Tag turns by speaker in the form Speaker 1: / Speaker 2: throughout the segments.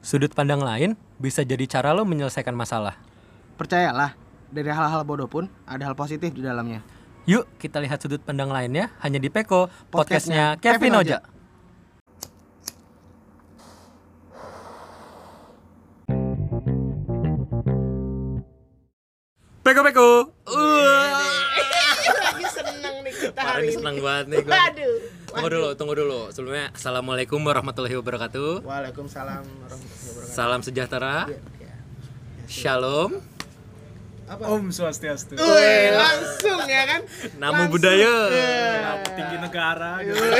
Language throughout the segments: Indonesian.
Speaker 1: Sudut pandang lain bisa jadi cara lo menyelesaikan masalah.
Speaker 2: Percayalah, dari hal-hal bodoh pun ada hal positif di dalamnya.
Speaker 1: Yuk kita lihat sudut pandang lainnya hanya di Peko, podcastnya
Speaker 2: Podcastnya
Speaker 1: Kevin
Speaker 2: Kevin
Speaker 1: Oja. Peko.
Speaker 2: Lagi seneng nih kita
Speaker 1: Hari ini senang banget nih gue.
Speaker 2: Waduh.
Speaker 1: Tunggu dulu. Sebelumnya assalamualaikum warahmatullahi wabarakatuh.
Speaker 2: Waalaikumsalam warahmatullahi wabarakatuh.
Speaker 1: Salam sejahtera.
Speaker 2: Iya.
Speaker 1: Shalom.
Speaker 2: Apa?
Speaker 3: Om Swastiastu.
Speaker 2: Wih, langsung ya kan?
Speaker 1: Namo
Speaker 2: Langsung.
Speaker 1: Buddhaya.
Speaker 3: Tinggi negara.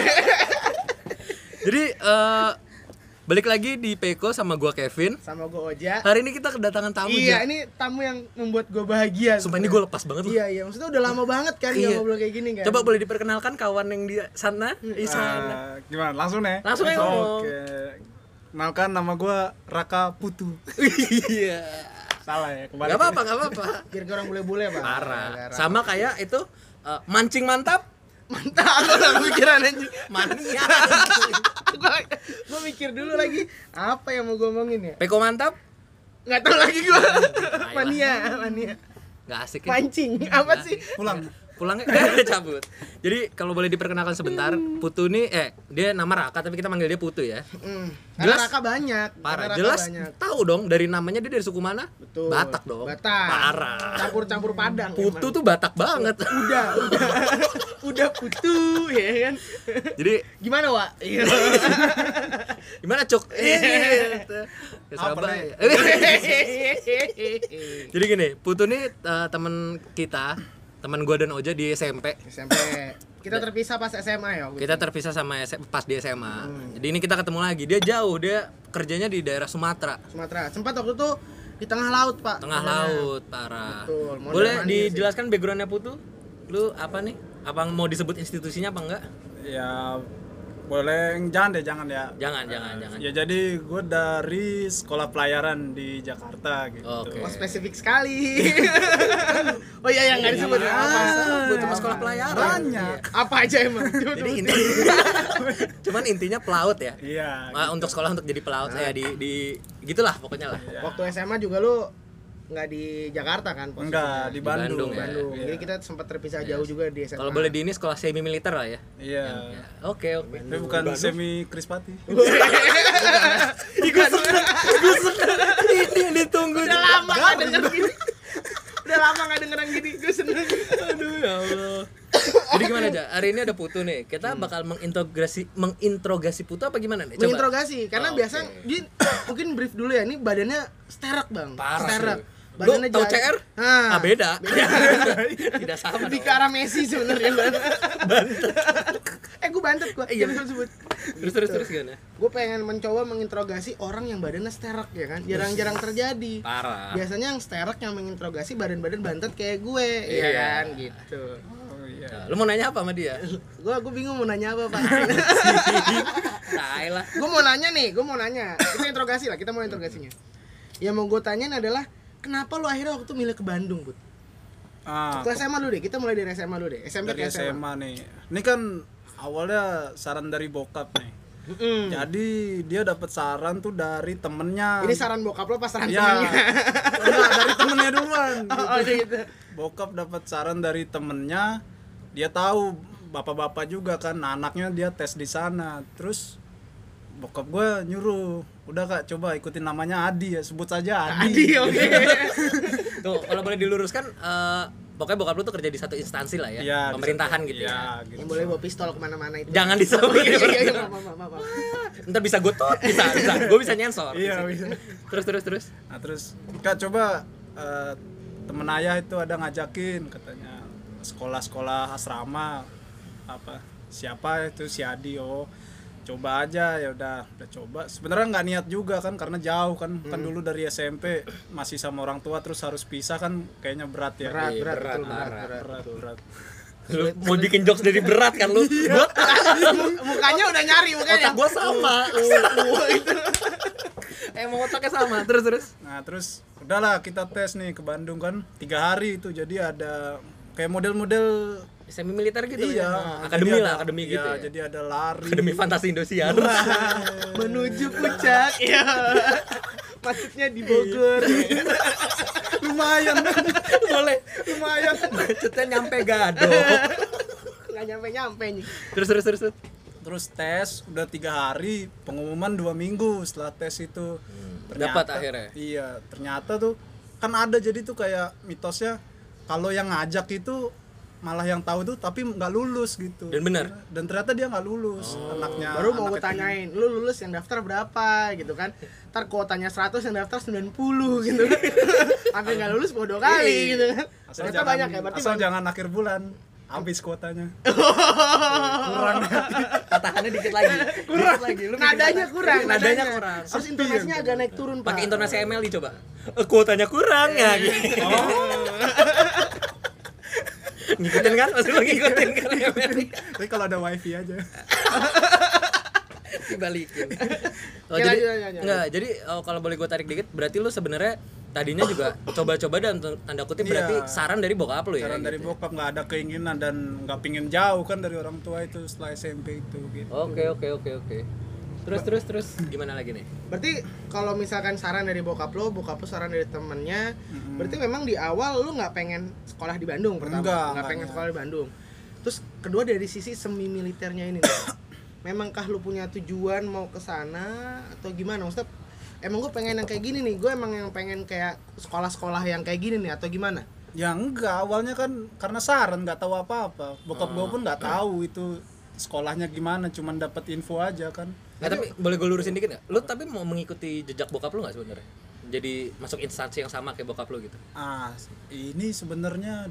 Speaker 1: Jadi balik lagi di Peko sama gua Kevin.
Speaker 2: Sama gue Oja.
Speaker 1: Hari ini kita kedatangan tamu.
Speaker 2: Iya,
Speaker 1: Ja.
Speaker 2: ini tamu yang membuat gue bahagia.
Speaker 1: Sumpah ini gue lepas banget loh.
Speaker 2: Iya, maksudnya udah lama banget kan
Speaker 1: Iya.
Speaker 2: nggak ngobrol kayak gini kan.
Speaker 1: Coba boleh diperkenalkan kawan yang di sana? Di sana.
Speaker 3: Gimana? Langsung nih?
Speaker 1: Langsung aja ngomong.
Speaker 3: Oke. Kenalkan nama gue Raka Putu.
Speaker 1: Iya.
Speaker 3: Salah ya, kembali.
Speaker 1: Gak apa-apa.
Speaker 2: Biar orang bule-bule, Pak.
Speaker 1: Parah. Sama kayak itu mancing mantap.
Speaker 2: Mantap, aku udah pikiran anjing.
Speaker 1: Mania.
Speaker 2: Gue mikir dulu lagi apa yang mau gue omongin ya.
Speaker 1: Peko mantap.
Speaker 2: Nggak tahu lagi gue. Mania.
Speaker 1: Gak asik ya.
Speaker 2: Mancing. Apa sih?
Speaker 1: Pulangnya cabut. Jadi kalau boleh diperkenalkan sebentar, Putu nih dia nama Raka tapi kita manggil dia Putu ya.
Speaker 2: Karena
Speaker 1: Jelas.
Speaker 2: Raka banyak.
Speaker 1: Parah.
Speaker 2: Karena Raka
Speaker 1: Jelas
Speaker 2: banyak.
Speaker 1: tahu dong dari namanya dia dari suku mana?
Speaker 2: Betul.
Speaker 1: Batak dong.
Speaker 2: Batak.
Speaker 1: Parah.
Speaker 2: Campur-campur Padang.
Speaker 1: Putu
Speaker 2: emang.
Speaker 1: tuh Batak banget.
Speaker 2: Udah putu ya kan.
Speaker 1: Jadi
Speaker 2: Gimana, Wak? Iya.
Speaker 1: gimana Cuk? Gitu. Ke
Speaker 3: Apa
Speaker 1: Surabaya. Jadi gini, Putu nih teman kita, teman gua dan Oja di SMP.
Speaker 2: SMP. Kita terpisah pas SMA ya. waktu
Speaker 1: Kita
Speaker 2: itu.
Speaker 1: terpisah sama pas di SMA. Jadi ini kita ketemu lagi. Dia jauh, dia kerjanya di daerah Sumatera.
Speaker 2: Sumatera. Sempat waktu itu di tengah laut, Pak.
Speaker 1: Tengah laut, parah.
Speaker 2: Betul, modal
Speaker 1: Boleh
Speaker 2: mandir
Speaker 1: dijelaskan backgroundnya Putu? Lu apa nih? Apa mau disebut institusinya apa enggak?
Speaker 3: Ya, boleh. Jangan ya.
Speaker 1: Jangan.
Speaker 3: Ya jadi gue dari sekolah pelayaran di Jakarta gitu.
Speaker 1: Oke.
Speaker 2: Oh, spesifik sekali. Oh iya, yang nggak disebut.
Speaker 1: Gue cuma sekolah pelayaran.
Speaker 3: Banyak.
Speaker 2: Apa aja emang?
Speaker 1: Jadi cuman intinya pelaut ya.
Speaker 3: Iya.
Speaker 1: Untuk sekolah untuk jadi pelaut ya di gitulah pokoknya lah.
Speaker 2: Waktu SMA juga lu nggak di Jakarta kan? posisinya?
Speaker 3: Enggak, di Bandung.
Speaker 1: Bandung ya.
Speaker 2: Bandung.
Speaker 3: Iya.
Speaker 2: Jadi kita sempat terpisah jauh juga di SMA.
Speaker 1: Kalau boleh di ini sekolah semi militer lah ya.
Speaker 3: Iya.
Speaker 1: Oke.
Speaker 3: Tapi bukan semi Krispati.
Speaker 1: Gue seneng. Ini yang ditunggu.
Speaker 2: Udah lama nggak denger gini. Udah lama nggak dengeran gini. Gue seneng.
Speaker 1: Aduh ya Allah. Jadi gimana aja? Hari ini ada Putu nih. Kita bakal menginterogasi Putu apa gimana nih? Coba.
Speaker 2: Menginterogasi karena
Speaker 1: Oke.
Speaker 2: biasa dia mungkin brief dulu ya. Ini badannya sterak, Bang.
Speaker 1: Parah
Speaker 2: Sterak.
Speaker 1: sih. Lu
Speaker 2: Badannya
Speaker 1: tahu
Speaker 2: jadi-
Speaker 1: CR?
Speaker 2: Nah,
Speaker 1: Beda. Tidak sama.
Speaker 2: lebih
Speaker 1: dong.
Speaker 2: ke arah Messi sebenarnya. Gue bantet gue.
Speaker 1: Iya.
Speaker 2: sebut.
Speaker 1: Terus gimana?
Speaker 2: Gue pengen mencoba menginterogasi orang yang badannya sterak ya kan. Jarang-jarang terjadi.
Speaker 1: Parah.
Speaker 2: Biasanya yang sterak yang menginterogasi badan-badan bantet kayak gue,
Speaker 1: Iya.
Speaker 2: ya kan gitu.
Speaker 3: Oh iya.
Speaker 1: Nah, lu mau nanya apa sama dia?
Speaker 2: Gue bingung mau nanya apa, Pak.
Speaker 1: Tai lah.
Speaker 2: Gue mau nanya. Kita interogasi lah, kita mau interogasinya. Yang mau gue tanyain adalah kenapa lu akhirnya waktu milih ke Bandung, Bud?
Speaker 3: Ah,
Speaker 2: Ke SMA dulu deh, kita mulai dari SMA dulu deh. SMP
Speaker 3: dari
Speaker 2: ke SMA.
Speaker 3: SMA nih. Ini kan awalnya saran dari bokap nih. Jadi dia dapat saran tuh dari temennya.
Speaker 2: Ini saran bokap lo pas saran
Speaker 3: ya,
Speaker 2: temennya.
Speaker 3: enggak, dari temennya duluan.
Speaker 2: Oh, gitu.
Speaker 3: Bokap dapat saran dari temennya. Dia tahu bapak-bapak juga kan, anaknya dia tes di sana. Terus bokap gue nyuruh, udah Kak coba ikutin namanya Adi ya, sebut saja
Speaker 2: Adi,
Speaker 3: Adi.
Speaker 2: oke.
Speaker 1: Tuh, kalau boleh diluruskan pokoknya bokap lu tuh kerja di satu instansi lah ya,
Speaker 3: Iya,
Speaker 1: pemerintahan
Speaker 3: di-
Speaker 1: gitu ya.
Speaker 3: iya, gitu.
Speaker 2: Yang boleh bawa pistol kemana-mana itu.
Speaker 1: Jangan disebut.
Speaker 2: Iya, maaf.
Speaker 1: Ntar bisa gue bisa. Gue bisa nyensor.
Speaker 3: Iya, bisa.
Speaker 1: Terus.
Speaker 3: Nah terus Kak coba temen ayah itu ada ngajakin katanya sekolah-sekolah asrama apa siapa itu si Adi. Oh coba aja, ya udah coba. Sebenarnya nggak niat juga kan karena jauh kan dulu dari SMP masih sama orang tua terus harus pisah kan kayaknya berat ya.
Speaker 2: Berat,
Speaker 1: Iya,
Speaker 2: betul,
Speaker 1: parah.
Speaker 3: berat.
Speaker 1: Lu mau bikin jokes dari berat kan lu? Gua
Speaker 2: Mukanya udah nyari mukanya.
Speaker 1: otak gua sama.
Speaker 2: Itu.
Speaker 1: Emang otaknya sama. Terus.
Speaker 3: Nah terus udahlah kita tes nih ke Bandung kan 3 hari itu, jadi ada kayak model-model.
Speaker 1: Semi militer gitu
Speaker 3: Iya,
Speaker 1: ya. Akademi
Speaker 3: jadi
Speaker 1: lah,
Speaker 3: ada-
Speaker 1: akademi gitu
Speaker 3: iya,
Speaker 1: ya.
Speaker 3: jadi ada lari.
Speaker 1: Akademi Fantasi Indosiar.
Speaker 2: Menuju puncak. Iya. Macetnya di Bogor.
Speaker 3: Lumayan.
Speaker 1: Boleh.
Speaker 3: Lumayan.
Speaker 1: Macetnya nyampe Gadok.
Speaker 2: Nggak nyampe nih.
Speaker 1: Terus.
Speaker 3: Terus tes udah 3 hari, pengumuman 2 minggu setelah tes itu.
Speaker 1: Dapat akhirnya.
Speaker 3: Iya, ternyata tuh kan ada jadi tuh kayak mitosnya kalau yang ngajak itu malah yang tahu tuh tapi nggak lulus gitu.
Speaker 1: Dan benar.
Speaker 3: Dan ternyata dia nggak lulus anaknya.
Speaker 2: Baru mau gue
Speaker 3: anaknya
Speaker 2: tanyain, lu lulus yang daftar berapa gitu kan. Ntar kuotanya 100 yang daftar 90 gitu kan. Sampai nggak lulus bodoh kali gitu kan.
Speaker 3: Asal
Speaker 2: Ternyata banyak ya, berarti
Speaker 3: asal
Speaker 2: banyak.
Speaker 3: jangan akhir bulan habis kuotanya.
Speaker 1: Kurang. Patahannya dikit lagi.
Speaker 2: Kurang.
Speaker 1: Dikit lagi. Lu bikin
Speaker 2: Nadanya
Speaker 1: kata-
Speaker 2: kurang,
Speaker 1: Nadanya kurang.
Speaker 2: Terus intonasinya agak naik turun, Pak.
Speaker 1: Pakai intonasi ML coba. Kuotanya kurang ya gitu. Ngikutin kan? Masih lo ngikutin kan ML.
Speaker 3: Tapi kalau ada wifi aja.
Speaker 1: Dibalikin. Oh,
Speaker 2: Oke,
Speaker 1: jadi
Speaker 2: lanjut.
Speaker 1: enggak, jadi kalau boleh gue tarik dikit, berarti lu sebenarnya tadinya juga coba-coba dan tanda kutip berarti
Speaker 3: Iya.
Speaker 1: saran dari bokap lu ya.
Speaker 3: Saran dari
Speaker 1: gitu.
Speaker 3: bokap, nggak ada keinginan dan nggak pingin jauh kan dari orang tua itu setelah SMP itu gitu.
Speaker 1: Oke. Terus gimana lagi nih?
Speaker 2: Berarti kalau misalkan saran dari bokap lu saran dari temennya, berarti memang di awal lu nggak pengen sekolah di Bandung pertama, nggak pengen sekolah di Bandung. Terus kedua dari sisi semi militernya ini nih, memangkah lu punya tujuan mau ke sana atau gimana? Maksudnya emang gue pengen yang kayak gini nih, gue emang yang pengen kayak sekolah-sekolah yang kayak gini nih atau gimana?
Speaker 3: Ya enggak, awalnya kan karena saran nggak tahu apa-apa. Bokap gue pun nggak tahu itu sekolahnya gimana, cuman dapat info aja kan.
Speaker 1: Nah, tapi boleh gue lurusin dikit nggak? Lu tapi mau mengikuti jejak bokap lu nggak sebenarnya? Jadi masuk instansi yang sama kayak bokap lu gitu?
Speaker 3: Ini sebenarnya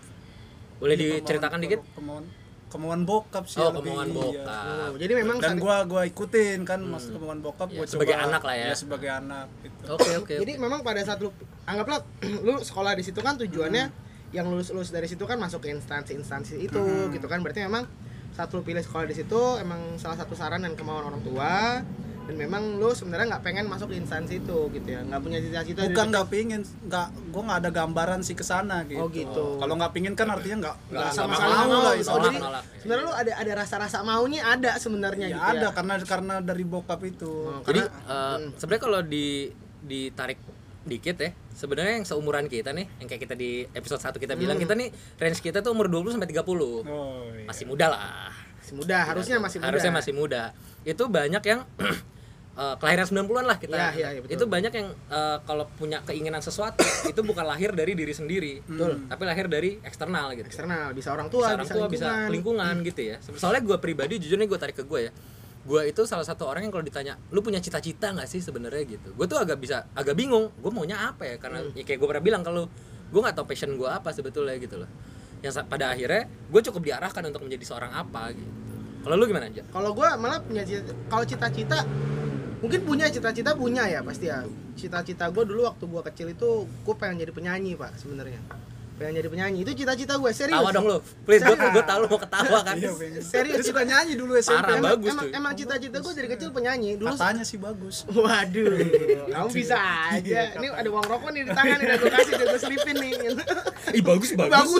Speaker 1: Boleh
Speaker 3: ini
Speaker 1: diceritakan dikit?
Speaker 3: kemauan bokap sih.
Speaker 1: Oh,
Speaker 3: lebih,
Speaker 1: kemauan
Speaker 3: iya.
Speaker 1: bokap.
Speaker 2: Jadi memang
Speaker 3: Dan gua ikutin kan maksud kemauan bokap,
Speaker 1: Ya,
Speaker 3: gua
Speaker 1: sebagai
Speaker 3: coba
Speaker 1: anak lah ya.
Speaker 3: sebagai anak gitu.
Speaker 1: Oke.
Speaker 2: jadi memang pada saat lu anggaplah lu sekolah di situ kan tujuannya yang lulus dari situ kan masuk ke instansi itu gitu kan, berarti memang saat lu pilih sekolah di situ emang salah satu saran dan kemauan orang tua, dan memang lu sebenarnya nggak pengen masuk di instansi itu gitu ya, nggak punya cita-cita.
Speaker 3: Bukan nggak pingin, gua nggak ada gambaran sih ke sana gitu.
Speaker 2: Oh, gitu.
Speaker 3: Kalau nggak pingin kan artinya nggak
Speaker 2: sama
Speaker 3: mau
Speaker 2: sekali nggak mau
Speaker 3: lah
Speaker 2: gitu.
Speaker 3: istilahnya.
Speaker 2: Jadi
Speaker 1: nolak.
Speaker 2: sebenarnya lu ada rasa-rasa maunya ada sebenarnya
Speaker 3: Ya
Speaker 2: gitu
Speaker 3: ada
Speaker 2: ya.
Speaker 3: karena dari bokap itu.
Speaker 1: Jadi
Speaker 2: Karena-
Speaker 1: sebenarnya kalau ditarik dikit ya, sebenarnya yang seumuran kita nih, yang kayak kita di episode 1 kita bilang, kita nih range kita tuh umur 20 sampai 30.
Speaker 3: Oh, iya.
Speaker 1: Masih muda lah.
Speaker 2: Masih muda, harusnya masih muda.
Speaker 1: Harusnya masih muda. Itu banyak yang kelahiran 90-an lah kita.
Speaker 2: Iya, betul.
Speaker 1: Itu banyak yang kalau punya keinginan sesuatu itu bukan lahir dari diri sendiri, tapi lahir dari eksternal gitu.
Speaker 2: Eksternal, bisa orang tua,
Speaker 1: Bisa lingkungan gitu ya. Soalnya gue pribadi, jujur nih gue tarik ke gue ya. Gue itu salah satu orang yang kalau ditanya, lu punya cita-cita nggak sih sebenarnya gitu. Gue tuh agak bingung. Gue maunya apa ya? Karena ya kayak gue pernah bilang kalau gue nggak tahu passion gue apa sebetulnya gitu loh. Yang pada akhirnya gue cukup diarahkan untuk menjadi seorang apa gitu. Kalau lu gimana aja?
Speaker 2: Kalau gue malah punya cita-cita, mungkin punya cita-cita ya pasti ya. Cita-cita gue dulu waktu gue kecil itu gue pengen jadi penyanyi, Pak, sebenarnya. Pengen jadi penyanyi, itu cita-cita gue, serius.
Speaker 1: Tawa dong lu, please, gue tahu lu mau ketawa kan.
Speaker 3: Iya, pengen.
Speaker 2: Serius.
Speaker 3: Dia suka nyanyi dulu SMP.
Speaker 1: Parah,
Speaker 2: Emang,
Speaker 1: bagus tuh.
Speaker 2: emang cita-cita gue dari kecil penyanyi dulu.
Speaker 3: Katanya sih bagus.
Speaker 2: Waduh, kamu bisa aja. Ini ada uang rokok nih di tangan nih, udah gue kasih, udah gue selipin nih.
Speaker 1: Ih bagus.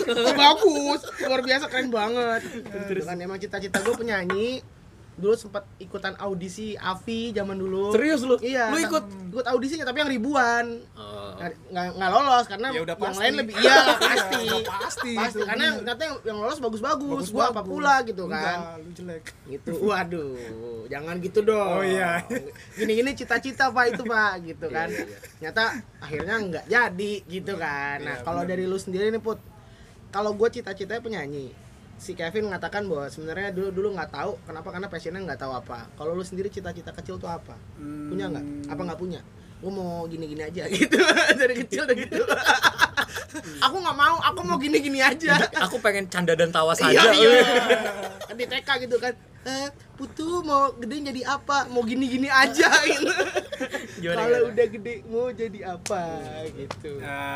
Speaker 2: Bagus, luar biasa, keren banget. Kan emang cita-cita gue penyanyi. Dulu sempat ikutan audisi AVI zaman dulu.
Speaker 1: Serius lu?
Speaker 2: Iya.
Speaker 1: Lu ikut?
Speaker 2: Ikut audisinya tapi yang ribuan.
Speaker 1: Oh.
Speaker 2: Nggak lolos karena
Speaker 3: Ya udah
Speaker 2: yang
Speaker 3: pasti.
Speaker 2: lain lebih iya pasti.
Speaker 3: Udah pasti.
Speaker 2: Pasti
Speaker 3: Itu
Speaker 2: karena
Speaker 3: bener.
Speaker 2: ternyata yang lolos bagus-bagus. Gua apa pula gitu kan.
Speaker 3: Enggak, lu jelek.
Speaker 2: Gitu. Waduh, jangan gitu dong.
Speaker 3: Oh, iya.
Speaker 2: Gini-gini cita-cita Pak itu Pak gitu kan.
Speaker 1: Iya, iya.
Speaker 2: Ternyata akhirnya nggak jadi gitu kan. Nah,
Speaker 3: Iya,
Speaker 2: kalau
Speaker 3: bener.
Speaker 2: dari lu sendiri nih Put, kalau gue cita-citanya penyanyi, si Kevin mengatakan bahwa sebenarnya dulu nggak tahu kenapa, karena passionnya nggak tahu apa. Kalau lu sendiri cita-cita kecil tuh apa? Punya nggak? Apa nggak punya? Gue mau gini-gini aja gitu. Dari kecil udah gitu. Aku nggak mau, aku mau gini-gini aja.
Speaker 1: Aku pengen canda dan tawa saja.
Speaker 2: Iya. Kan di TK gitu kan. Putu mau gede jadi apa? Mau gini-gini aja gitu. Kalau udah gede mau jadi apa gitu.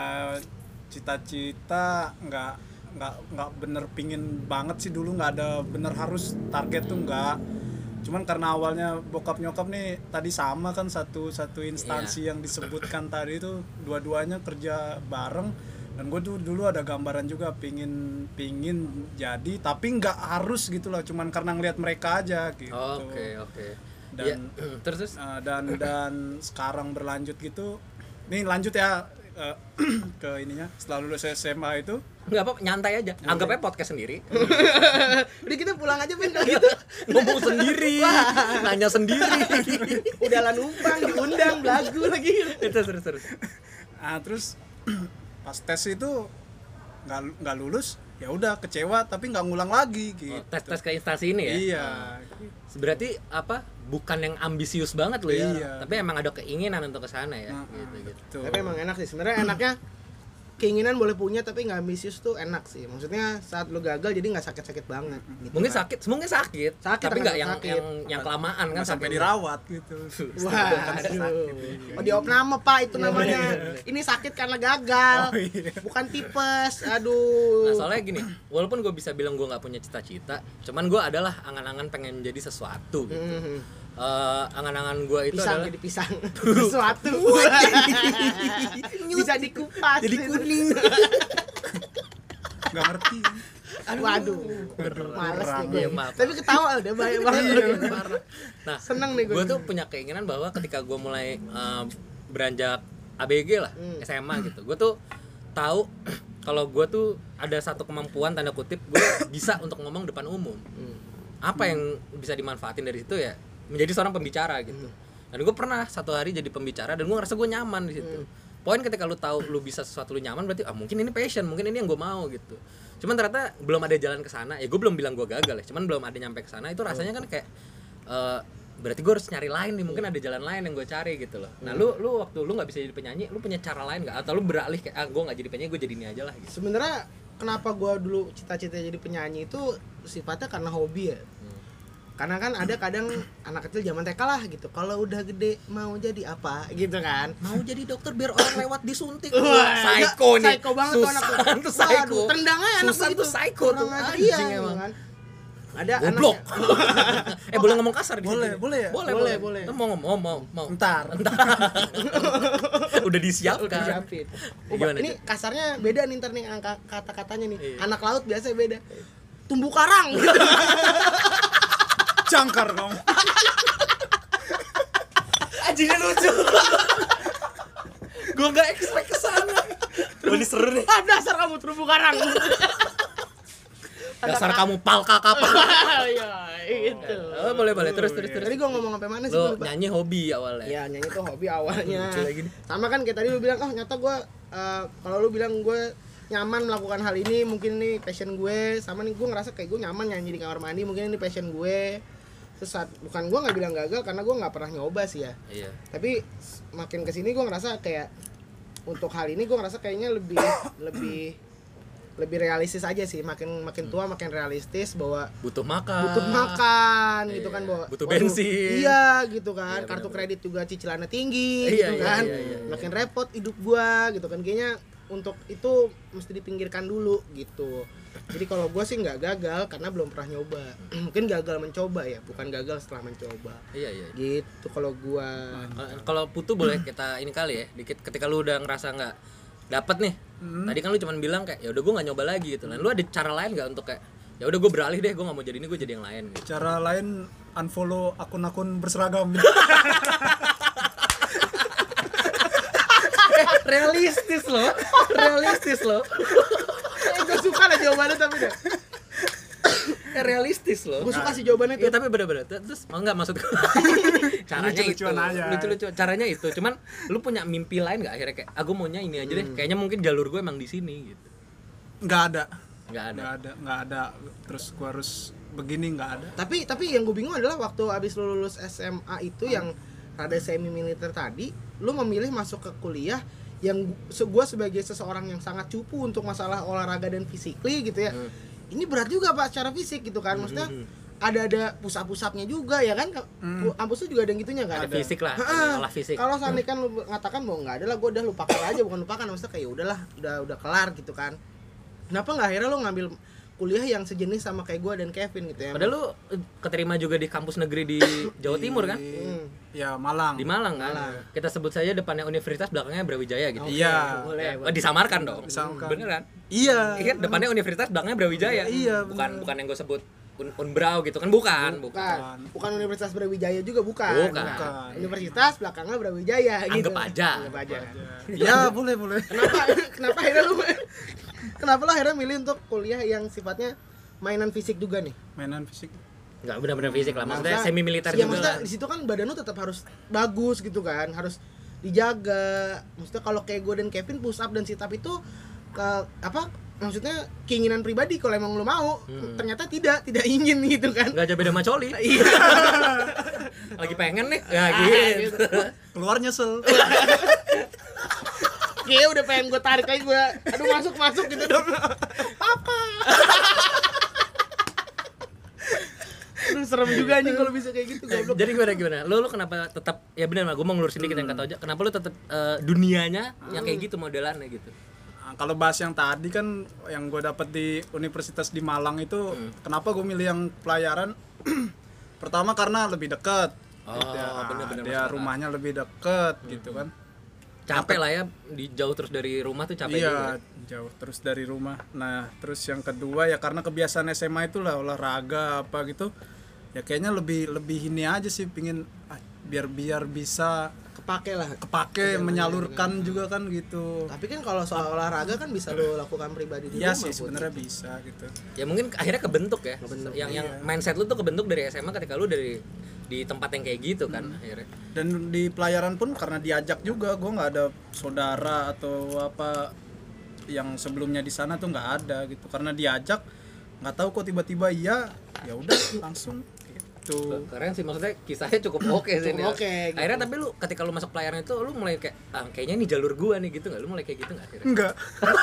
Speaker 3: Cita-cita nggak bener pingin banget sih dulu, nggak ada bener harus target tuh nggak. Cuman karena awalnya bokap nyokap nih tadi sama kan, satu instansi yang disebutkan tadi itu dua-duanya kerja bareng, dan gue tuh dulu ada gambaran juga pingin jadi, tapi nggak harus gitu loh, cuman karena ngelihat mereka aja gitu.
Speaker 1: Oke.
Speaker 3: Dan
Speaker 1: terus
Speaker 3: dan sekarang berlanjut gitu. Nih lanjut ya ke ininya setelah lulus SMA itu.
Speaker 1: nggak apa, nyantai aja, anggap aja podcast sendiri.
Speaker 2: Udah kita pulang aja Ben gitu.
Speaker 1: Ngomong sendiri, nanya sendiri.
Speaker 2: Udah lah numpang diundang belagu lagi.
Speaker 1: Itu terus.
Speaker 3: Nah, terus pas tes itu nggak lulus, ya udah kecewa tapi nggak ngulang lagi gitu.
Speaker 1: Tes ke instansi ini ya.
Speaker 3: Iya.
Speaker 1: Berarti apa? Bukan yang ambisius banget loh ya.
Speaker 3: Iya.
Speaker 1: Tapi emang ada keinginan untuk ke sana ya. Gitu.
Speaker 3: Tuh.
Speaker 2: Tapi emang enak sih sebenarnya, enaknya keinginan boleh punya tapi nggak ambisius tuh enak sih. Maksudnya saat lu gagal jadi nggak sakit-sakit banget gitu.
Speaker 1: Mungkin
Speaker 2: kan.
Speaker 1: sakit,
Speaker 2: Sakit,
Speaker 1: tapi nggak
Speaker 2: sakit.
Speaker 1: yang kelamaan kan
Speaker 3: Nggak sampai
Speaker 1: sakit.
Speaker 3: dirawat gitu.
Speaker 2: Wah, oh diopname Pak itu namanya. Ini sakit karena gagal,
Speaker 3: Oh, iya.
Speaker 2: bukan tipes. Aduh.
Speaker 1: Nah, soalnya gini, walaupun gue bisa bilang gue nggak punya cita-cita, cuman gue adalah angan-angan pengen menjadi sesuatu gitu. Angan-angan gue itu
Speaker 2: Pisang
Speaker 1: adalah
Speaker 2: jadi pisang. Sesuatu. Bisa dikupas.
Speaker 1: jadi kuning.
Speaker 3: Nggak ngerti.
Speaker 2: Waduh. Males nih gue.
Speaker 1: Iya, maaf.
Speaker 2: Tapi ketawa udah banyak banget.
Speaker 1: Parah. Nah,
Speaker 2: Seneng nih gue.
Speaker 1: gue tuh punya keinginan bahwa ketika gue mulai beranjak ABG lah, SMA gitu, gue tuh tahu kalau gue tuh ada satu kemampuan tanda kutip gue bisa untuk ngomong depan umum. Apa yang bisa dimanfaatin dari situ ya menjadi seorang pembicara gitu. Dan gue pernah satu hari jadi pembicara dan gue ngerasa gue nyaman di situ. Poin ketika lu tahu lu bisa sesuatu lu nyaman berarti mungkin ini passion, mungkin ini yang gue mau gitu. Cuman ternyata belum ada jalan ke sana. Ya gue belum bilang gue gagal ya, cuman belum ada nyampe ke sana. Itu rasanya kan kayak berarti gue harus nyari lain nih, mungkin ada jalan lain yang gue cari gitu loh. Nah, lu waktu lu nggak bisa jadi penyanyi, lu punya cara lain nggak? Atau lu beralih kayak gue nggak jadi penyanyi, gue jadi ini aja lah gitu.
Speaker 2: Sebenarnya kenapa gue dulu cita-cita jadi penyanyi itu sifatnya karena hobi ya. Karena kan ada kadang anak kecil zaman TK lah gitu, kalau udah gede mau jadi apa gitu kan.
Speaker 1: Mau jadi dokter biar orang lewat disuntik.
Speaker 2: Wah,
Speaker 1: Psycho nih.
Speaker 2: Psycho banget tuh anak tuh.
Speaker 1: Susan tuh psycho.
Speaker 2: Waduh, tendang aja anak
Speaker 1: Susan
Speaker 2: begitu.
Speaker 1: tuh psycho tuh.
Speaker 2: Orang aja,
Speaker 1: Anjing
Speaker 2: iya,
Speaker 1: emang.
Speaker 2: kan. Ada
Speaker 1: Goblok.
Speaker 2: anaknya.
Speaker 1: Boleh ngomong kasar di
Speaker 3: Boleh,
Speaker 1: sini?
Speaker 3: boleh ya?
Speaker 1: Boleh. Mau ngomong, mau.
Speaker 3: Ntar.
Speaker 1: Udah disiapkan.
Speaker 2: Udah disiapin.
Speaker 1: Gimana,
Speaker 2: Ini
Speaker 1: Cuk?
Speaker 2: kasarnya beda nih ntar nih kata-katanya nih.
Speaker 1: Iya.
Speaker 2: Anak laut biasa beda. Tumbuh karang.
Speaker 3: Jangkar kamu.
Speaker 1: Anjingnya lucu. Gue gak expect kesana. Ini seru nih.
Speaker 2: Dasar kamu terumbu karang.
Speaker 1: Dasar kamu palka kapal.
Speaker 2: Iya, itu.
Speaker 1: Oh, boleh terus.
Speaker 2: Tadi gua ngomong sampai mana sih?
Speaker 1: Lo
Speaker 2: Gua lupa.
Speaker 1: nyanyi hobi awalnya.
Speaker 2: Ya, nyanyi tuh hobi awalnya.
Speaker 1: Lucu lagi nih.
Speaker 2: Sama kan kayak tadi lu bilang, nyata gua kalau lu bilang gue nyaman melakukan hal ini, mungkin ini passion gue. Sama nih gue ngerasa kayak gue nyaman nyanyi di kamar mandi, mungkin ini passion gue. Terus bukan gue nggak bilang gagal karena gue nggak pernah nyoba sih ya.
Speaker 1: Iya.
Speaker 2: Tapi makin kesini gue ngerasa kayak untuk hal ini gue ngerasa kayaknya lebih realistis aja sih. Makin tua makin realistis bahwa
Speaker 1: Butuh makan.
Speaker 2: gitu kan, bahwa
Speaker 1: Butuh
Speaker 2: waduh,
Speaker 1: bensin.
Speaker 2: iya gitu kan.
Speaker 1: Iya,
Speaker 2: kartu
Speaker 1: bener-bener.
Speaker 2: kredit juga cicilannya tinggi
Speaker 1: Iya,
Speaker 2: gitu
Speaker 1: iya,
Speaker 2: kan.
Speaker 1: iya.
Speaker 2: Makin repot hidup gua gitu kan. Kayaknya untuk itu mesti dipinggirkan dulu gitu. Jadi kalau gua sih nggak gagal karena belum pernah nyoba. Mungkin gagal mencoba ya, bukan gagal setelah mencoba.
Speaker 1: Iya.
Speaker 2: Gitu kalau gua.
Speaker 1: Kalau Putu boleh kita ini kali ya, dikit ketika lu udah ngerasa nggak dapet nih. Tadi kan lu cuma bilang kayak ya udah gue nggak nyoba lagi gitu. Nah, lu ada cara lain nggak untuk kayak ya udah gue beralih deh, gue nggak mau jadi ini, gue jadi yang lain gitu.
Speaker 3: Cara lain unfollow akun-akun berseragam.
Speaker 1: Realistis loh.
Speaker 2: Gue suka lah jawabannya tapi deh.
Speaker 1: Realistis loh.
Speaker 2: Gue suka sih jawabannya
Speaker 1: Iya
Speaker 2: tuh.
Speaker 1: tapi bener-bener terus enggak maksud gue caranya itu
Speaker 3: Lucu-lucuan aja.
Speaker 1: lucu caranya itu cuman lu punya mimpi lain nggak akhirnya kayak aku maunya ini aja deh, kayaknya mungkin jalur gue emang di sini gitu.
Speaker 3: Nggak ada. Terus gua harus begini, nggak ada.
Speaker 2: Tapi yang gue bingung adalah waktu abis lu lulus SMA itu yang rada semi militer tadi, lu memilih masuk ke kuliah yang gue sebagai seseorang yang sangat cupu untuk masalah olahraga dan physically gitu ya. Ini berat juga Pak secara fisik gitu kan. Maksudnya ada pusat-pusatnya juga ya kan. Kampus tuh juga ada yang gitunya kan.
Speaker 1: Ada fisik lah, olah fisik.
Speaker 2: Kalau seandainya kan lu ngatakan bahwa nggak ada lah, gue udah lupakan aja, bukan lupakan, maksudnya kayak udahlah, udah kelar gitu kan. Kenapa nggak akhirnya lu ngambil kuliah yang sejenis sama kayak gue dan Kevin gitu ya?
Speaker 1: Padahal lu keterima juga di kampus negeri di Jawa Timur kan?
Speaker 3: Ya Malang.
Speaker 1: Di Malang kan? Kita sebut saja depannya universitas, belakangnya Brawijaya gitu.
Speaker 3: Iya.
Speaker 2: Boleh.
Speaker 1: Oh, disamarkan dong.
Speaker 3: Disamarkan.
Speaker 1: Beneran?
Speaker 3: Iya.
Speaker 1: Iya, depannya universitas, belakangnya Brawijaya.
Speaker 3: Iya,
Speaker 1: Bukan yang gue sebut Unbrau gitu kan, bukan.
Speaker 2: Bukan Universitas Brawijaya juga, bukan. Universitas belakangnya Brawijaya gitu.
Speaker 1: Anggap aja.
Speaker 3: Ya, boleh.
Speaker 2: Kenapa akhirnya lu akhirnya milih untuk kuliah yang sifatnya mainan fisik juga nih?
Speaker 3: Mainan fisik.
Speaker 1: Enggak benar-benar fisik lah, maksudnya semi militer
Speaker 2: ya,
Speaker 1: juga lah.
Speaker 2: Di situ kan badan lu tetap harus bagus gitu kan, harus dijaga. Maksudnya kalau kayak gue dan Kevin push up dan sit up itu maksudnya keinginan pribadi, kalau emang lu mau, ternyata tidak ingin gitu kan.
Speaker 1: Enggak jauh beda sama Coli. Lagi pengen nih, ya gitu.
Speaker 3: Keluar nyesel.
Speaker 2: Kayak udah pengen gue tarik lagi, gue aduh masuk gitu dong. Papa. Aduh serem juga nih kalau bisa kayak gitu, goblok.
Speaker 1: Jadi gimana? Lu kenapa tetap, ya benar mah, gue mau ngelurusin dikit yang kata aja. Kenapa lu tetap dunianya yang kayak gitu modelannya gitu?
Speaker 3: Nah, kalau bahas yang tadi kan yang gue dapet di Universitas di Malang itu, kenapa gue milih yang pelayaran? Pertama karena lebih dekat.
Speaker 1: Bener-bener
Speaker 3: dia rumahnya lebih dekat gitu kan.
Speaker 1: Capek lah ya, jauh terus dari rumah tuh capek juga.
Speaker 3: Iya, jauh terus dari rumah. Nah, terus yang kedua ya karena kebiasaan SMA itulah olahraga apa gitu. Ya kayaknya lebih ini aja sih, pingin biar bisa kepake menyalurkan juga kan gitu.
Speaker 2: Tapi kan kalau soal olahraga kan bisa lo lakukan pribadi di
Speaker 3: rumah. Iya sih sebenarnya bisa gitu.
Speaker 1: Ya mungkin akhirnya kebentuk ya. Yang mindset lu tuh kebentuk dari SMA ketika lu di tempat yang kayak gitu kan akhirnya.
Speaker 3: Dan di pelayaran pun karena diajak juga, gue nggak ada saudara atau apa yang sebelumnya di sana tuh nggak ada gitu, karena diajak, nggak tahu kok tiba-tiba ya udah langsung gitu.
Speaker 1: Keren sih, maksudnya kisahnya cukup oke sih.
Speaker 2: Oke.
Speaker 1: Akhirnya tapi lu ketika lu masuk pelayaran itu lu mulai kayak kayaknya ini jalur gua nih gitu nggak? Lu mulai kayak gitu nggak akhirnya?
Speaker 3: Enggak.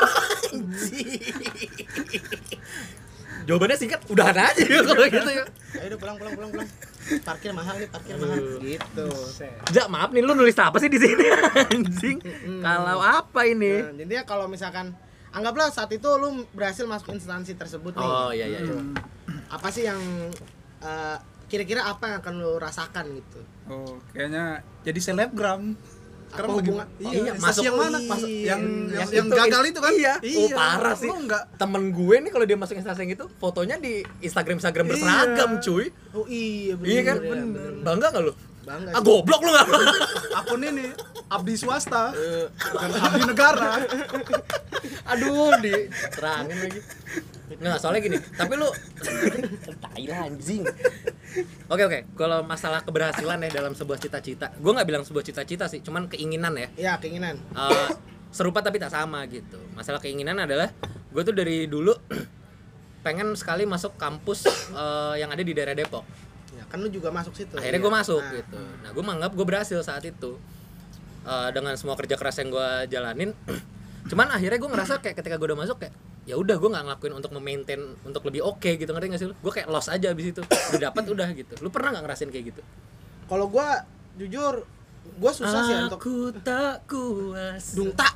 Speaker 1: Jawabannya singkat, udahan aja ya kalau gitu ya.
Speaker 2: Ayo pulang. Parkir mahal gitu.
Speaker 1: Jak, maaf nih, lu nulis apa sih di sini anjing? Kalau apa ini?
Speaker 2: Nah, jadinya kalau misalkan anggaplah saat itu lu berhasil masuk instansi tersebut nih.
Speaker 1: Oh iya.
Speaker 2: Apa sih yang kira-kira apa yang akan lu rasakan gitu?
Speaker 3: Oh, kayaknya jadi selebgram.
Speaker 2: Karena hubungan
Speaker 1: masuk
Speaker 3: yang mana? Yang gagal itu kan?
Speaker 1: Iya. Oh, parah sih.
Speaker 3: Enggak.
Speaker 1: Temen gue nih kalau dia masuk instansi gitu, fotonya di Instagram berseragam, cuy.
Speaker 2: Oh iya, bener.
Speaker 1: Iya kan?
Speaker 2: Bener.
Speaker 1: Bangga enggak lu?
Speaker 2: Bangga.
Speaker 1: Goblok lu enggak?
Speaker 3: Akun ini abdi swasta, bukan abdi negara.
Speaker 1: Aduh, diterangin lagi. Nah, soalnya gini, tapi lu Thailand anjing. Oke. Kalau masalah keberhasilan ya dalam sebuah cita-cita, gue nggak bilang sebuah cita-cita sih, cuman keinginan ya.
Speaker 2: Iya, keinginan.
Speaker 1: Serupa tapi tak sama gitu. Masalah keinginan adalah gue tuh dari dulu pengen sekali masuk kampus yang ada di daerah Depok.
Speaker 2: Ya, kan lu juga masuk situ.
Speaker 1: Akhirnya gue masuk gitu. Nah, gue menganggap gue berhasil saat itu dengan semua kerja keras yang gue jalanin. Cuman akhirnya gue ngerasa kayak ketika gue udah masuk kayak ya udah gue nggak ngelakuin untuk memaintain untuk lebih oke gitu, ngerti nggak sih lu? Gue kayak lost aja abis itu, udah dapat udah gitu. Lu pernah nggak ngerasain kayak gitu?
Speaker 2: Kalau gue jujur gue susah sih untuk
Speaker 1: aku tak kuas
Speaker 2: dung tak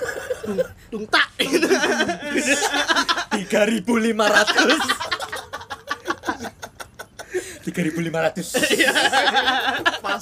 Speaker 1: 3.500
Speaker 3: Pas.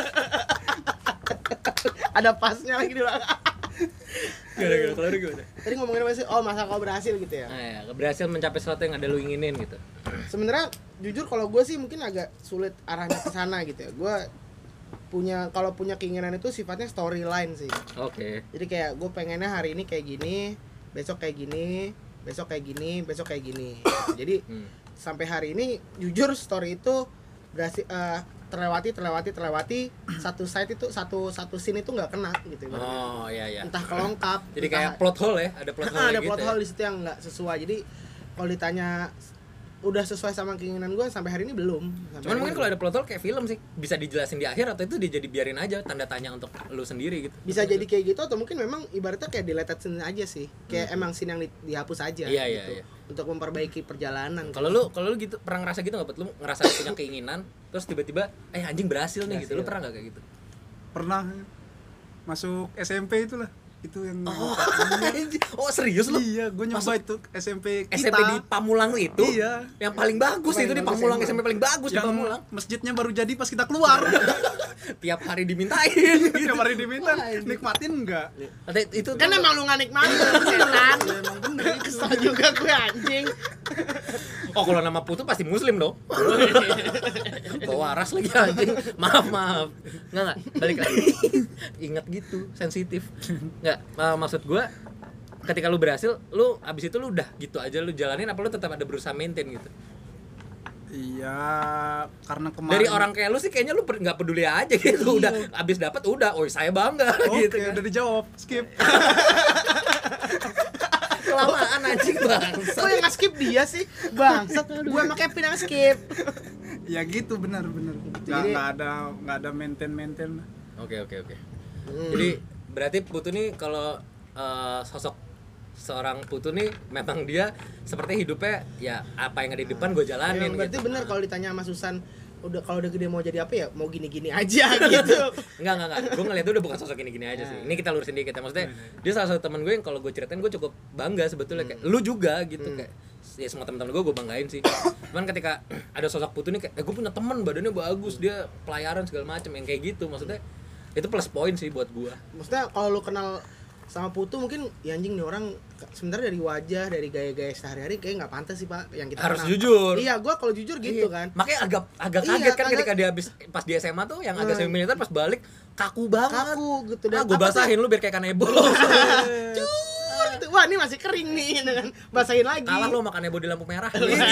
Speaker 2: Ada pasnya lagi di belakang.
Speaker 1: Gara-gara kalau gimana?
Speaker 2: Tadi ngomongin apa sih? Oh, masa kau berhasil gitu ya?
Speaker 1: Nah, ya, berhasil mencapai sesuatu yang ada lu inginin gitu.
Speaker 2: Sebenarnya jujur kalau gue sih mungkin agak sulit arahnya ke sana gitu ya. Gue kalau punya keinginan itu sifatnya storyline sih.
Speaker 1: Oke.
Speaker 2: Jadi kayak gue pengennya hari ini kayak gini, besok kayak gini, besok kayak gini, besok kayak gini. Jadi sampai hari ini jujur story itu berhasil terlewati satu side itu satu scene itu nggak kena gitu.
Speaker 1: Oh iya.
Speaker 2: Entah kelongkap.
Speaker 1: Jadi kayak plot hole ya, ada plot hole
Speaker 2: ada
Speaker 1: gitu.
Speaker 2: Plot hole di situ yang nggak sesuai. Jadi kalau ditanya udah sesuai sama keinginan gue sampai hari ini belum.
Speaker 1: Cuman mungkin kalau ada plot hole kayak film sih bisa dijelasin di akhir, atau itu dia jadi biarin aja tanda tanya untuk lu sendiri gitu.
Speaker 2: Bisa jadi kayak gitu, atau mungkin memang ibaratnya kayak deleted scene aja sih. Kayak emang scene yang dihapus aja
Speaker 1: Iya,
Speaker 2: gitu.
Speaker 1: iya.
Speaker 2: Untuk memperbaiki perjalanan.
Speaker 1: Kalau lu gitu pernah ngerasa gitu enggak, Lu ngerasa punya keinginan terus tiba-tiba anjing berhasil nih gitu. Lu pernah enggak kayak gitu?
Speaker 3: Pernah. Masuk SMP itulah. itu yang
Speaker 1: Oh serius lu?
Speaker 3: iya, gue nyoba itu SMP kita.
Speaker 1: SMP di Pamulang itu?
Speaker 3: Iya.
Speaker 1: Yang paling bagus itu di Pamulang, SMP paling bagus di
Speaker 3: Yang
Speaker 1: Pamulang.
Speaker 3: masjidnya baru jadi pas kita keluar.
Speaker 1: Tiap hari dimintain.
Speaker 3: Tiap hari diminta, nikmatin enggak?
Speaker 1: Itu
Speaker 2: Kan emang lu nggak nikmatin setan.
Speaker 3: Emang bener.
Speaker 2: Kesel juga gue anjing.
Speaker 1: Oh kalau nama Putu pasti muslim dong. Bawa waras lagi anjing. Maaf. Enggak, balik lagi. Ingat gitu, sensitif. Enggak, maksud gua ketika lu berhasil, lu abis itu lu udah gitu aja lu jalanin apa lu tetap ada berusaha maintain gitu?
Speaker 3: Iya, karena kemarin
Speaker 1: Dari orang kayak lu sih kayaknya lu nggak peduli aja gitu. Udah abis dapat udah, oh saya bangga gitu kan.
Speaker 3: udah dijawab, skip.
Speaker 1: Kelamaan anjing bangsa.
Speaker 2: Kok yang nge-skip dia sih? Bangsat, gue sama Kevin yang skip.
Speaker 3: Ya gitu, benar.
Speaker 2: Jadi-
Speaker 3: Nggak ada maintain.
Speaker 1: Oke. Jadi berarti Putu nih kalau sosok seorang Putu nih memang dia seperti hidupnya ya apa yang ada di depan gue jalanin.
Speaker 2: Berarti
Speaker 1: gitu.
Speaker 2: bener kalau ditanya sama Susan, kalau udah gede mau jadi apa ya? Mau gini-gini aja gitu.
Speaker 1: Enggak. Gue ngeliat dia udah bukan sosok gini-gini aja sih. Ini kita lurusin dikit ya. Maksudnya dia salah satu teman gue yang kalau gue ceritain gue cukup bangga sebetulnya kayak lu juga gitu kayak ya semua teman-teman gue banggain sih. Cuman ketika ada sosok Putu nih kayak gue punya teman badannya bagus, dia pelayaran segala macam yang kayak gitu. Maksudnya itu plus point sih buat gue.
Speaker 2: Maksudnya kalau lu kenal sama Putu mungkin ya anjing nih orang sebenarnya dari wajah, dari gaya-gaya sehari-hari kayak nggak pantas sih Pak yang kita
Speaker 1: Harus
Speaker 2: kenal.
Speaker 1: jujur.
Speaker 2: Iya, gua kalau jujur gitu
Speaker 1: Iya.
Speaker 2: kan.
Speaker 1: Makanya agak
Speaker 2: Iya,
Speaker 1: kaget kan
Speaker 2: kagak-
Speaker 1: ketika dia habis pas di SMA tuh yang agak semi militer pas balik kaku banget.
Speaker 2: Kaku gitu
Speaker 1: Gue
Speaker 2: apa
Speaker 1: basahin lu biar kayak kanebo.
Speaker 2: sih? Cur, wah ini masih kering nih dengan basahin lagi.
Speaker 1: Kalah lu makan kanebo di lampu merah.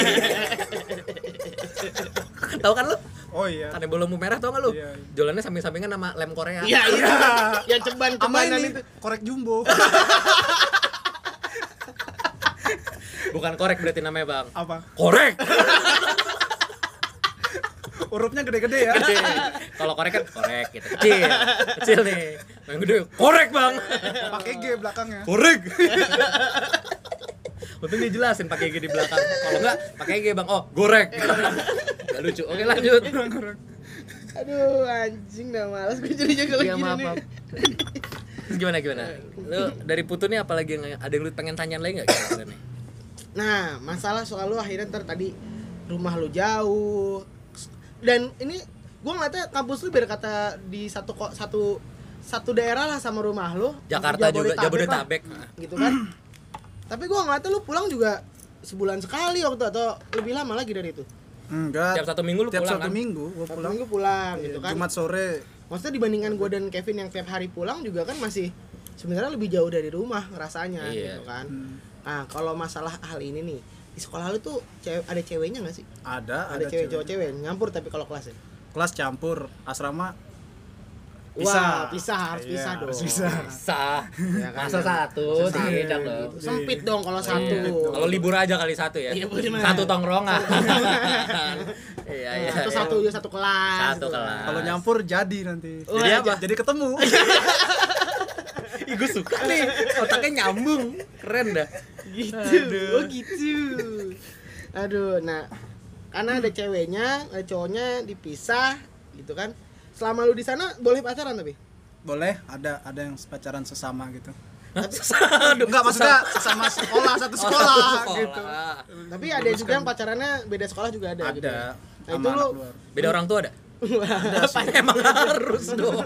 Speaker 1: Tahu kan lu?
Speaker 3: Oh iya.
Speaker 1: Kanebo lampu merah tau gak lu?
Speaker 3: Iya.
Speaker 1: Jualannya samping-sampingan sama lem Korea.
Speaker 2: Iya, iya. Yang
Speaker 3: Sama
Speaker 2: ceban-cebanan
Speaker 3: ini,
Speaker 2: itu.
Speaker 3: korek jumbo.
Speaker 1: Bukan korek berarti namanya, Bang.
Speaker 3: Apa?
Speaker 1: Korek.
Speaker 3: Hurufnya gede-gede ya.
Speaker 1: Gede. Kalau korek kan korek gitu. Kecil nih. Yang gede korek, Bang.
Speaker 3: Pakai G belakangnya.
Speaker 1: Korek. Untung dia jelasin pakai G di belakang. Kalau enggak pakai G, Bang. Oh, gorek. Gak lucu. Oke, lanjut.
Speaker 2: Aduh, anjing dah malas gue jadi jaga lagi
Speaker 1: Iya, maaf.
Speaker 2: nih.
Speaker 1: Terus gimana? Lu dari Putu nih apalagi yang ada yang lu pengen tanyain lagi enggak kira-kira nih?
Speaker 2: Nah, masalah soal lu akhirnya tadi rumah lu jauh. Dan ini gua ngeliatnya kampus lu biar kata di satu daerah lah sama rumah lu.
Speaker 1: Jakarta juga,
Speaker 2: Jabodetabek
Speaker 1: Jabodetabek.
Speaker 2: lah, gitu kan. Tapi gua ngeliatnya lu pulang juga sebulan sekali waktu atau lebih lama lagi dari itu.
Speaker 3: Enggak.
Speaker 1: Tiap satu minggu lu
Speaker 3: Tiap
Speaker 1: pulang
Speaker 3: satu
Speaker 1: kan?
Speaker 3: minggu gua
Speaker 2: Satu
Speaker 3: pulang.
Speaker 2: minggu pulang gitu kan.
Speaker 3: Jumat sore.
Speaker 2: Maksudnya dibandingkan gua dan Kevin yang tiap hari pulang juga kan masih sebenarnya lebih jauh dari rumah rasanya
Speaker 1: Iya.
Speaker 2: gitu kan. Nah, kalau masalah hal ini nih, di sekolah lu tuh ada ceweknya nggak sih?
Speaker 3: Ada
Speaker 2: Ada cewek nyampur tapi kalau kelasnya.
Speaker 3: Kelas campur, asrama
Speaker 2: Wah, harus
Speaker 3: Iya,
Speaker 2: pisah dong.
Speaker 3: harus pisah.
Speaker 1: Sah.
Speaker 2: Ya kan?
Speaker 1: Masa satu
Speaker 2: Masa
Speaker 1: tidak
Speaker 2: satu.
Speaker 1: dong.
Speaker 2: Sempit dong kalau satu.
Speaker 1: Iya. Kalau libur aja kali satu ya.
Speaker 2: Iya, bener.
Speaker 1: Satu tongkrongan. Iya, iya.
Speaker 2: Atau satu kelas.
Speaker 1: Satu
Speaker 2: gitu.
Speaker 1: kelas.
Speaker 3: Kalau nyampur jadi nanti.
Speaker 2: Wah,
Speaker 1: Jadi apa?
Speaker 3: Jadi ketemu.
Speaker 1: Ih, gue suka nih. Otaknya nyambung. Keren dah.
Speaker 2: Gitu. Oh gitu. Aduh, nah karena ada ceweknya, ada cowoknya dipisah gitu kan. Selama lu di sana boleh pacaran tapi?
Speaker 3: Boleh, ada yang pacaran sesama gitu.
Speaker 1: Aduh,
Speaker 3: Enggak, maksudnya sesama sekolah, satu sekolah gitu.
Speaker 2: Tapi ada juga yang pacarannya beda sekolah juga ada gitu.
Speaker 3: Ada.
Speaker 2: Nah, itu
Speaker 3: Sama
Speaker 2: lu
Speaker 3: anak luar.
Speaker 1: Beda orang tua ada? Emang harus dong.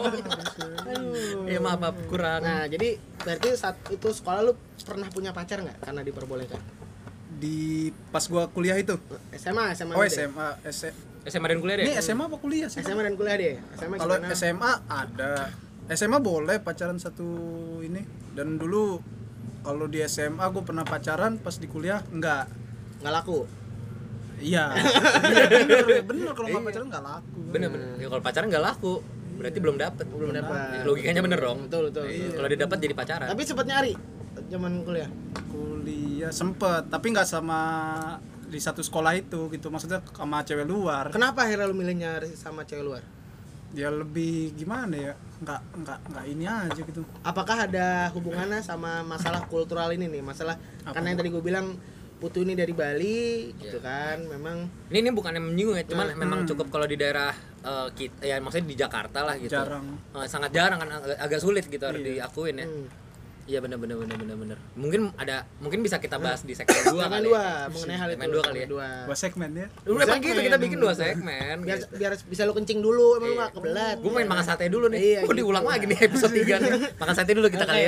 Speaker 1: Iya maaf kurang.
Speaker 2: Nah, jadi berarti saat itu sekolah lu pernah punya pacar nggak karena diperbolehkan?
Speaker 3: Di pas gua kuliah itu.
Speaker 2: SMA
Speaker 3: Oh,
Speaker 2: deh.
Speaker 1: SMA dan kuliah deh.
Speaker 3: Ini SMA apa kuliah sih?
Speaker 2: SMA dan kuliah deh. SMA
Speaker 3: Kalau
Speaker 2: gimana?
Speaker 3: SMA ada. SMA boleh pacaran satu ini. Dan dulu kalau di SMA gue pernah pacaran, pas di kuliah enggak.
Speaker 2: Nggak laku.
Speaker 3: Iya. bener kalau nggak pacaran nggak laku.
Speaker 1: Bener. Ya, kalau pacaran nggak laku, berarti belum dapet.
Speaker 2: Belum dapat.
Speaker 1: Logikanya bener dong.
Speaker 2: Betul.
Speaker 1: Kalau dia dapat jadi pacaran.
Speaker 2: Tapi sempet nyari zaman kuliah.
Speaker 3: Kuliah sempet, tapi nggak sama di satu sekolah itu gitu. Maksudnya sama cewek luar.
Speaker 2: Kenapa akhirnya lu milih nyari sama cewek luar?
Speaker 3: Dia lebih gimana ya? Nggak ini aja gitu.
Speaker 2: Apakah ada hubungannya sama masalah kultural ini nih? Masalah karena yang tadi gue bilang Putu ini dari Bali gitu kan. Memang
Speaker 1: Ini bukannya menyinggung ya, cuman memang cukup kalau di daerah kita ya maksudnya di Jakarta lah gitu.
Speaker 3: Jarang.
Speaker 1: Sangat jarang kan agak sulit gitu harus diakuin ya. Iya benar. Mungkin bisa kita bahas di segmen 2
Speaker 2: segmen
Speaker 1: kali.
Speaker 2: 2 mengenai hal itu.
Speaker 1: Segmen 2 kali ya.
Speaker 3: 2 segmen ya.
Speaker 1: Udah emang gitu kita bikin 2 segmen.
Speaker 2: Biar bisa lu kencing dulu, emang lu
Speaker 1: Iya.
Speaker 2: gak kebelat.
Speaker 1: Gue main makan sate dulu nih.
Speaker 2: Iya,
Speaker 1: Gue diulang
Speaker 2: gitu.
Speaker 1: lagi nih episode 3 nih. Makan sate dulu kita kali ya.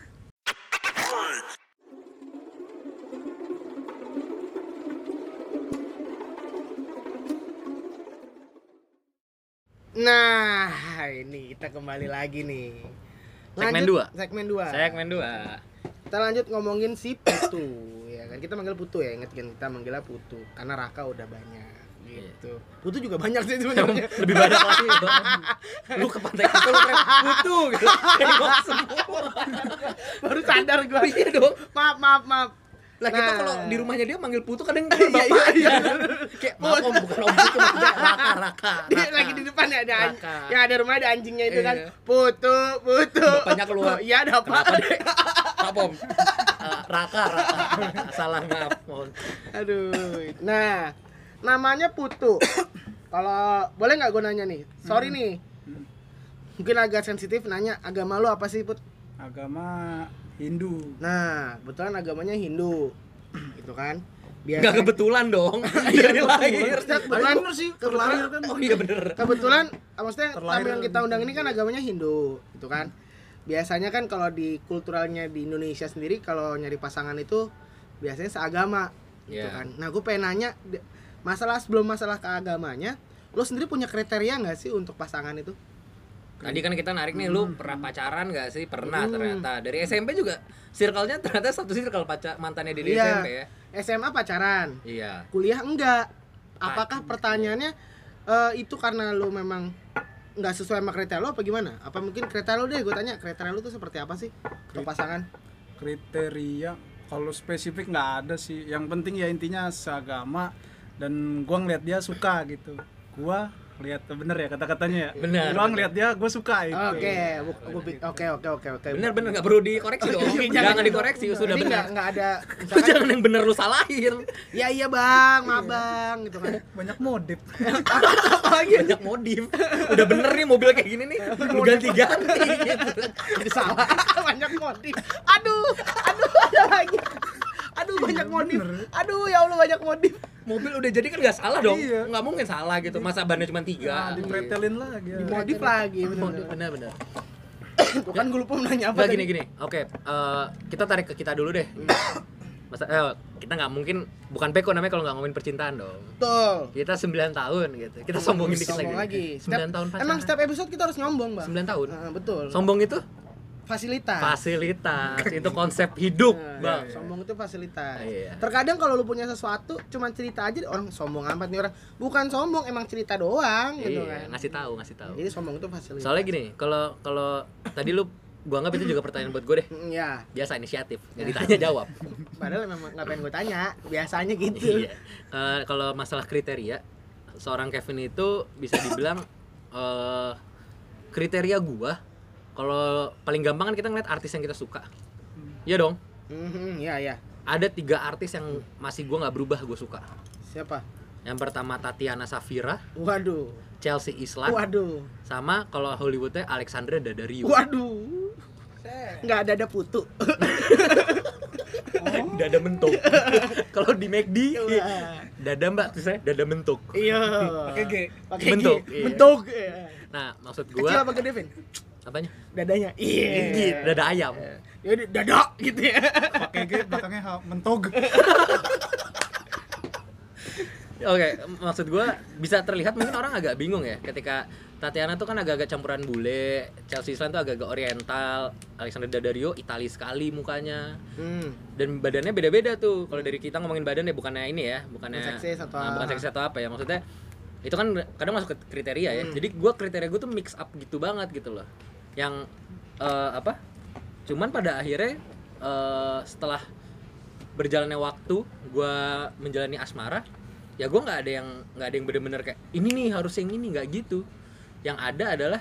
Speaker 2: Nah, ini kita kembali lagi nih.
Speaker 1: Segmen
Speaker 2: Lanjut,
Speaker 1: 2.
Speaker 2: Segmen 2.
Speaker 1: Segmen 2.
Speaker 2: Kita lanjut ngomongin si Putu, ya kan? Kita manggil Putu ya, inget kan kita manggilnya Putu karena Raka udah banyak gitu. Putu juga banyak sih sebenarnya.
Speaker 1: Lebih banyak lagi. Lu ke pantai itu lu teriak putu gitu. Tengok semua.
Speaker 2: Baru sadar gua.
Speaker 1: Iya dong.
Speaker 2: Maaf.
Speaker 1: Lah kita
Speaker 2: Nah.
Speaker 1: kalau di rumahnya dia manggil putu kadang kan bapaknya. Kayak maaf om, bukan om putu maksudnya Raka.
Speaker 2: Dia lagi di depan ya ada
Speaker 1: Raka.
Speaker 2: yang ada rumah ada anjingnya itu kan.
Speaker 1: Iya.
Speaker 2: Putu.
Speaker 1: Bapaknya keluar.
Speaker 2: Oh, iya ada apa?
Speaker 1: Kenapa deh? Apa om? Raka. Salah maaf, mohon.
Speaker 2: Aduh. Nah, namanya Putu. Kalau boleh nggak gue nanya nih? Sorry nih. Mungkin agak sensitif nanya agama lu apa sih, Put?
Speaker 3: Agama Hindu.
Speaker 2: Nah, kebetulan agamanya Hindu. Gitu kan.
Speaker 1: Gak kebetulan dong. Dari lahir.
Speaker 2: Kebetulan
Speaker 3: Bener sih,
Speaker 2: kebetulan
Speaker 3: kan.
Speaker 1: Oh iya bener.
Speaker 2: kebetulan maksudnya
Speaker 3: Terlahir
Speaker 2: tamu yang kita undang ini kan agamanya Hindu, gitu kan. Biasanya kan kalau di kulturalnya di Indonesia sendiri kalau nyari pasangan itu biasanya seagama, gitu
Speaker 1: Iya.
Speaker 2: kan. Nah, gue pengen nanya sebelum masalah keagamanya, lo sendiri punya kriteria nggak sih untuk pasangan itu?
Speaker 1: Tadi kan kita narik nih, lu pernah pacaran gak sih? Pernah ternyata. Dari SMP juga circle-nya ternyata satu circle mantannya di
Speaker 2: Iya.
Speaker 1: SMP ya.
Speaker 2: SMA pacaran,
Speaker 1: Iya.
Speaker 2: kuliah enggak. Apakah pertanyaannya itu karena lo memang nggak sesuai sama kriteria lo apa gimana? Apa mungkin kriteria lo deh, gue tanya kriteria lo tuh seperti apa sih untuk pasangan?
Speaker 3: Kriteria kalau spesifik nggak ada sih. Yang penting ya intinya seagama dan gua ngeliat dia suka gitu. Gua lihat bener ya kata-katanya ya.
Speaker 1: Bener.
Speaker 3: Gua ngeliat dia gua suka itu.
Speaker 2: Oke.
Speaker 1: Bener nggak perlu dikoreksi dong. Jangan dikoreksi, sudah
Speaker 2: Jadi
Speaker 1: benar.
Speaker 2: nggak ada
Speaker 1: Lu
Speaker 2: misalkan
Speaker 1: jangan yang bener lu salahin.
Speaker 2: ya iya bang, maaf bang gitu kan.
Speaker 3: Banyak modif.
Speaker 1: Banyak modif. Udah bener nih mobil kayak gini nih. Lu ganti-ganti gitu.
Speaker 2: Jadi salah. Banyak modif. Aduh ada lagi. Aduh banyak modif. Aduh ya Allah banyak modif.
Speaker 1: Mobil udah jadi kan nggak salah dong.
Speaker 3: Iya.
Speaker 1: Nggak mungkin salah gitu. Masa bannya cuma 3.
Speaker 3: Nah, dipretelin lagi. Ya.
Speaker 2: Modif lagi bener.
Speaker 1: Bener.
Speaker 2: Tuh kan gue lupa mau nanya apa
Speaker 1: Nggak
Speaker 2: tadi.
Speaker 1: gini. Oke, kita tarik ke kita dulu deh. Kita nggak mungkin, bukan Peko namanya kalau nggak ngomongin percintaan dong.
Speaker 2: Betul.
Speaker 1: Kita 9 tahun gitu. Kita sombongin dikit
Speaker 2: Sombong
Speaker 1: lagi.
Speaker 2: lagi.
Speaker 1: 9 tahun pacaran.
Speaker 2: Emang setiap episode kita harus nyombong bang.
Speaker 1: 9 tahun.
Speaker 2: Betul.
Speaker 1: Sombong itu
Speaker 2: Fasilitas.
Speaker 1: fasilitas. Itu konsep hidup,
Speaker 2: Nah,
Speaker 1: Bang.
Speaker 2: sombong itu fasilitas.
Speaker 1: Iya.
Speaker 2: Terkadang kalau lu punya sesuatu cuma cerita aja orang sombong amat nih orang. Bukan sombong, emang cerita doang gitu
Speaker 1: Iya,
Speaker 2: kan.
Speaker 1: ngasih tahu.
Speaker 2: Jadi sombong itu fasilitas.
Speaker 1: Soalnya gini, kalau tadi gua anggap itu juga pertanyaan buat gue deh.
Speaker 2: Ya,
Speaker 1: Biasa inisiatif, nggak ditanya jawab.
Speaker 2: padahal memang nggak pengen gue tanya. Biasanya gitu.
Speaker 1: Iya. Kalau masalah kriteria, seorang Kevin itu bisa dibilang kriteria gua, kalau paling gampang kan kita ngeliat artis yang kita suka. Iya dong.
Speaker 2: Iya.
Speaker 1: Ada 3 artis yang masih gua nggak berubah gue suka.
Speaker 2: Siapa?
Speaker 1: Yang pertama Tatiana Safira,
Speaker 2: Waduh.
Speaker 1: Chelsea Islan,
Speaker 2: Waduh.
Speaker 1: sama kalau Hollywoodnya Alexandra Daddario.
Speaker 2: Waduh. Nggak ada putu.
Speaker 1: Dada mentuk. Kalau di McD, dada mbak tuh saya dada mentuk.
Speaker 2: Iya.
Speaker 3: Pakai G.
Speaker 2: Pakai
Speaker 1: Bentuk,
Speaker 2: G.
Speaker 1: iya.
Speaker 2: Bentuk. Iya.
Speaker 1: Nah, maksud
Speaker 2: Kecil
Speaker 1: gua
Speaker 2: apa gede, Vin?
Speaker 1: apanya?
Speaker 2: Dadanya. Iya.
Speaker 1: Dada ayam.
Speaker 2: Ya udah, dada gitu ya.
Speaker 3: Pakai G belakangnya mentog.
Speaker 1: Oke, maksud gua bisa terlihat mungkin orang agak bingung ya ketika Tatiana tuh kan agak-agak campuran bule, Chelsea Islan tuh agak-agak oriental, Alexandra Daddario Itali sekali mukanya. Dan badannya beda-beda tuh. Kalau dari kita ngomongin badan ya bukannya ini ya, bukannya
Speaker 2: Seksis atau
Speaker 1: bukan seksis atau apa ya. Maksudnya itu kan kadang masuk ke kriteria ya. Jadi kriteria gue tuh mix up gitu banget gitu loh. Yang cuman pada akhirnya setelah berjalannya waktu gue menjalani asmara, ya gue nggak ada yang bener-bener kayak ini nih harus yang ini, nggak gitu. Yang ada adalah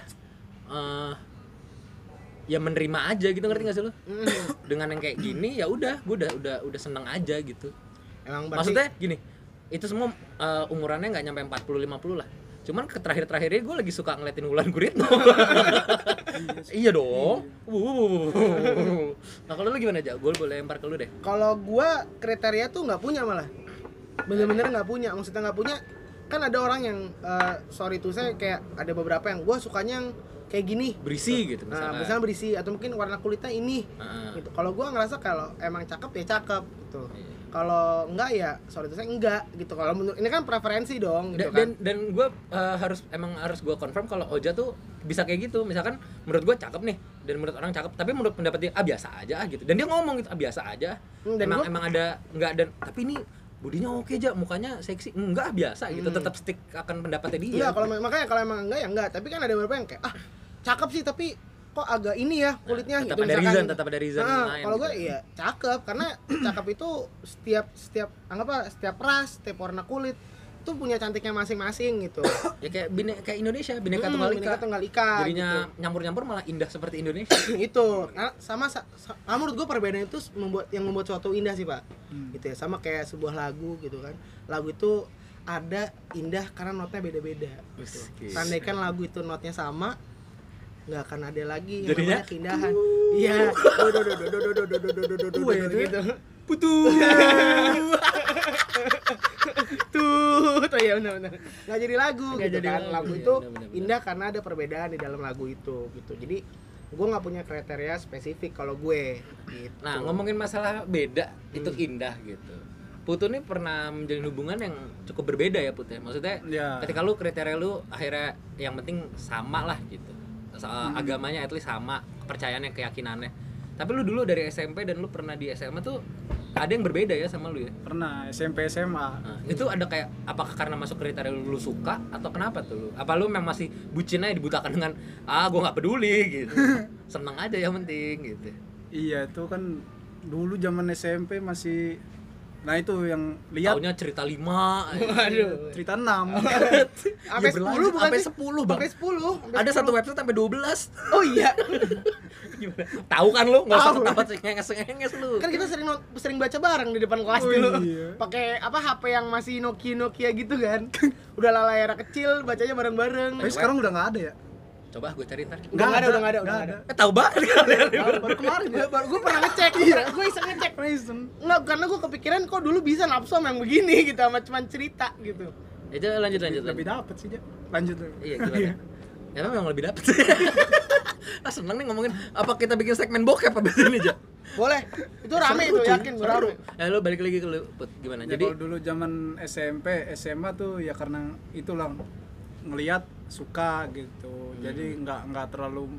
Speaker 1: ya menerima aja gitu, ngerti nggak sih lo? Dengan yang kayak gini ya udah, gue udah seneng aja gitu.
Speaker 2: Emang berarti
Speaker 1: Maksudnya gini, itu semua umurannya nggak nyampe 40-50 lah. Cuman terakhir-terakhirnya gue lagi suka ngeliatin Wulan Guritno. Iya dong. Nah kalau lu gimana aja? Gue boleh lempar ke lu deh.
Speaker 2: Kalau gua kriteria tuh nggak punya malah. Bener-bener nggak punya. Maksudnya nggak punya. Kan ada orang yang sorry tuh saya kayak ada beberapa yang gua sukanya yang kayak gini.
Speaker 1: Berisi gitu
Speaker 2: Nah, misalnya berisi atau mungkin warna kulitnya ini. Gitu. Kalau gua ngerasa kalau emang cakep ya cakep gitu. Kalau enggak ya sorry itu saya enggak gitu. Kalau menurut ini kan preferensi dong gitu kan.
Speaker 1: Dan gue harus gue confirm kalau Oja tuh bisa kayak gitu. Misalkan menurut gue cakep nih dan menurut orang cakep, tapi menurut pendapat dia biasa aja gitu. Dan dia ngomong gitu biasa aja.
Speaker 2: Dan
Speaker 1: emang ada enggak dan tapi ini bodinya oke aja, mukanya seksi. Enggak biasa gitu. Tetap stick akan pendapatnya dia.
Speaker 2: Iya, kalau makanya kalau emang enggak ya enggak. Tapi kan ada beberapa yang kayak cakep sih tapi kok agak ini ya kulitnya
Speaker 1: tetap
Speaker 2: gitu
Speaker 1: tetap ada reason lain.
Speaker 2: Kalau gue
Speaker 1: gitu.
Speaker 2: iya cakep karena cakep itu setiap anggap setiap ras, setiap warna kulit tuh punya cantiknya masing-masing gitu.
Speaker 1: Ya kayak Indonesia, bineka tunggal ika. Jadinya
Speaker 2: gitu.
Speaker 1: nyampur-nyampur malah indah seperti Indonesia.
Speaker 2: Itu. Nah, sama menurut gue perbedaan itu membuat suatu indah sih, Pak. Gitu ya. Sama kayak sebuah lagu gitu kan. Lagu itu ada indah karena notnya beda-beda gitu. Seandainya lagu itu notnya sama, nggak akan ada lagi yang namanya keindahan. Iya. Gitu.
Speaker 1: Putu.
Speaker 2: Tuh ya benar. Nggak jadi lagu
Speaker 1: Nggak
Speaker 2: gitu
Speaker 1: jadi
Speaker 2: kan.
Speaker 1: lagu.
Speaker 2: Lagu
Speaker 1: Iya,
Speaker 2: itu
Speaker 1: benar.
Speaker 2: indah karena ada perbedaan di dalam lagu itu gitu. Jadi gue nggak punya kriteria spesifik kalau gue gitu.
Speaker 1: Nah, ngomongin masalah beda itu indah gitu. Putu nih pernah menjalin hubungan yang cukup berbeda ya Put ya. Maksudnya ketika lu kriteria lu akhirnya yang penting sama lah gitu. Agamanya at least sama, kepercayaannya, keyakinannya. Tapi lu dulu dari SMP dan lu pernah di SMA tuh ada yang berbeda ya sama lu ya?
Speaker 3: Pernah SMP SMA.
Speaker 1: Nah, itu ada kayak apakah karena masuk kriteria lu suka atau kenapa tuh lu? Apa lu memang masih bucin aja dibutakan dengan gua nggak peduli gitu. Seneng aja yang penting gitu.
Speaker 3: Iya, itu kan dulu zaman SMP masih itu yang lihat
Speaker 1: Taunya cerita 5.
Speaker 2: Waduh.
Speaker 3: cerita 6.
Speaker 2: Sampai 10 bukan
Speaker 1: sampai
Speaker 2: sih?
Speaker 1: 10 Bang.
Speaker 2: Sampai 10.
Speaker 1: Ada satu website sampai 12.
Speaker 2: Oh iya.
Speaker 1: Gimana? Tahu kan lu? Enggak usah
Speaker 2: Tahu.
Speaker 1: ketawa ngenges lu.
Speaker 2: Kan kita sering baca bareng di depan kelas
Speaker 3: Oh,
Speaker 2: dulu.
Speaker 3: iya.
Speaker 2: Pakai HP yang masih Nokia gitu kan. Udah layar kecil, bacanya bareng-bareng.
Speaker 3: Tapi sekarang udah nggak ada ya?
Speaker 1: Coba gue cari ntar.
Speaker 2: Udah nggak ada.
Speaker 1: Tahu banget kalian.
Speaker 3: Baru kemarin ya.
Speaker 2: Gue pernah ngecek, gue iseng ngecek. Enggak, karena gue kepikiran kok dulu bisa nafsu sama yang begini gitu, sama cuman cerita gitu.
Speaker 1: Itu lanjut.
Speaker 3: Lebih dapet sih, Ja. Lanjut dulu.
Speaker 1: Iya, gimana? Ya memang lebih dapet. Seneng nih ngomongin apa kita bikin segmen bokep abis ini, Ja?
Speaker 2: Boleh. Itu rame itu, yakin gue rame.
Speaker 1: Lu balik lagi ke lu, Put. Gimana?
Speaker 3: Ya,
Speaker 1: Jadi
Speaker 3: kalau dulu zaman SMP, SMA tuh ya karena itulah ngelihat suka gitu. Jadi nggak terlalu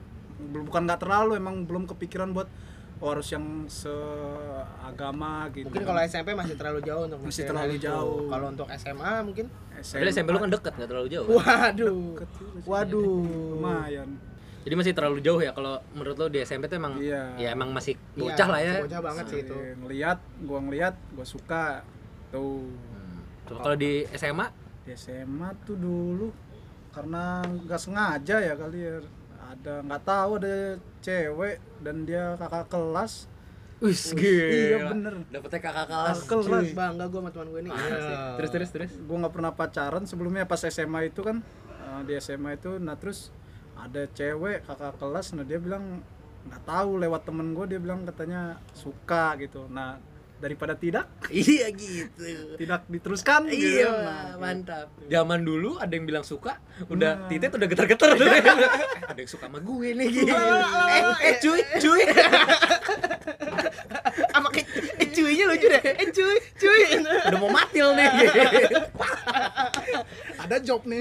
Speaker 3: emang belum kepikiran buat harus yang seagama gitu.
Speaker 2: Mungkin kalau SMP masih terlalu jauh untuk
Speaker 3: Masih
Speaker 2: mikirin
Speaker 3: terlalu
Speaker 2: hal itu.
Speaker 3: jauh.
Speaker 2: Kalau untuk SMA mungkin
Speaker 1: padahal SMP lu kan deket, nggak terlalu jauh.
Speaker 2: Waduh.
Speaker 3: lumayan.
Speaker 1: Jadi masih terlalu jauh ya kalau menurut lo di SMP tuh emang
Speaker 3: Iya.
Speaker 1: ya emang masih bocah lah ya.
Speaker 2: Bocah banget sih itu.
Speaker 3: Ngelihat, gua suka tuh.
Speaker 1: Coba kalau di SMA
Speaker 3: Di SMA tuh dulu karena nggak sengaja ya kali ya, nggak tahu ada cewek dan dia kakak kelas.
Speaker 1: wis
Speaker 3: Iya bener.
Speaker 1: Dapetnya kakak kelas.
Speaker 3: Kelas.
Speaker 2: Bangga gue sama teman gue ini.
Speaker 1: Terus.
Speaker 3: Gue nggak pernah pacaran sebelumnya. Pas SMA itu kan di SMA itu, nah terus ada cewek kakak kelas, nah dia bilang nggak tahu lewat temen gue, dia bilang katanya suka gitu. Nah daripada tidak
Speaker 1: Iya gitu.
Speaker 3: diteruskan gitu.
Speaker 1: Iya,
Speaker 3: Nah,
Speaker 1: mantap. Zaman dulu ada yang bilang suka, udah titit udah getar-getar tuh. Ada yang suka sama gue nih gitu. Cuy.
Speaker 2: Apa cuinya lucu deh. Cuy.
Speaker 1: Udah mau matil nih.
Speaker 3: ada job nih.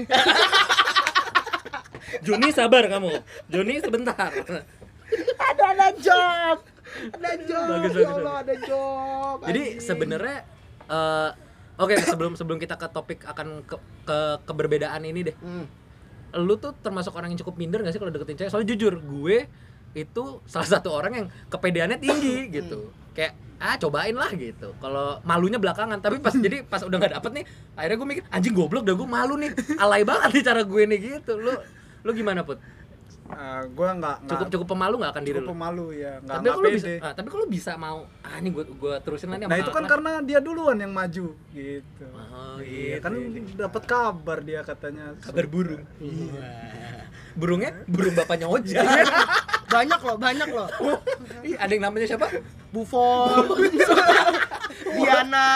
Speaker 1: Joni sabar kamu. Joni sebentar.
Speaker 2: Ada job.
Speaker 1: Bagus.
Speaker 2: Ya Allah, ada job.
Speaker 1: Jadi sebenarnya oke, sebelum kita ke topik akan ke keberbedaan ini deh. Lu tuh termasuk orang yang cukup minder gak sih kalau deketin cewek? Soalnya jujur, gue itu salah satu orang yang kepedeannya tinggi gitu. Kayak cobain lah gitu. Kalau malunya belakangan, tapi pas udah nggak dapet nih, akhirnya gue mikir anjing goblok dah, gue malu nih, alay banget nih cara gue nih gitu. Lu gimana Put?
Speaker 3: Gue nggak
Speaker 1: cukup pemalu nggak akan diri
Speaker 3: cukup
Speaker 1: lu?
Speaker 3: pemalu ya, nggak
Speaker 1: Tapi kalau
Speaker 3: pede.
Speaker 1: bisa, tapi kalau bisa mau, ini gue terusin nanti.
Speaker 3: Nah itu kan karena dia duluan yang maju gitu.
Speaker 1: Oh,
Speaker 3: Iya kan
Speaker 1: iya.
Speaker 3: dapat kabar dia katanya.
Speaker 1: Kabar burung. Burungnya burung bapaknya Oja.
Speaker 2: banyak loh.
Speaker 1: Ih, ada yang namanya siapa?
Speaker 2: Buffon, Diana.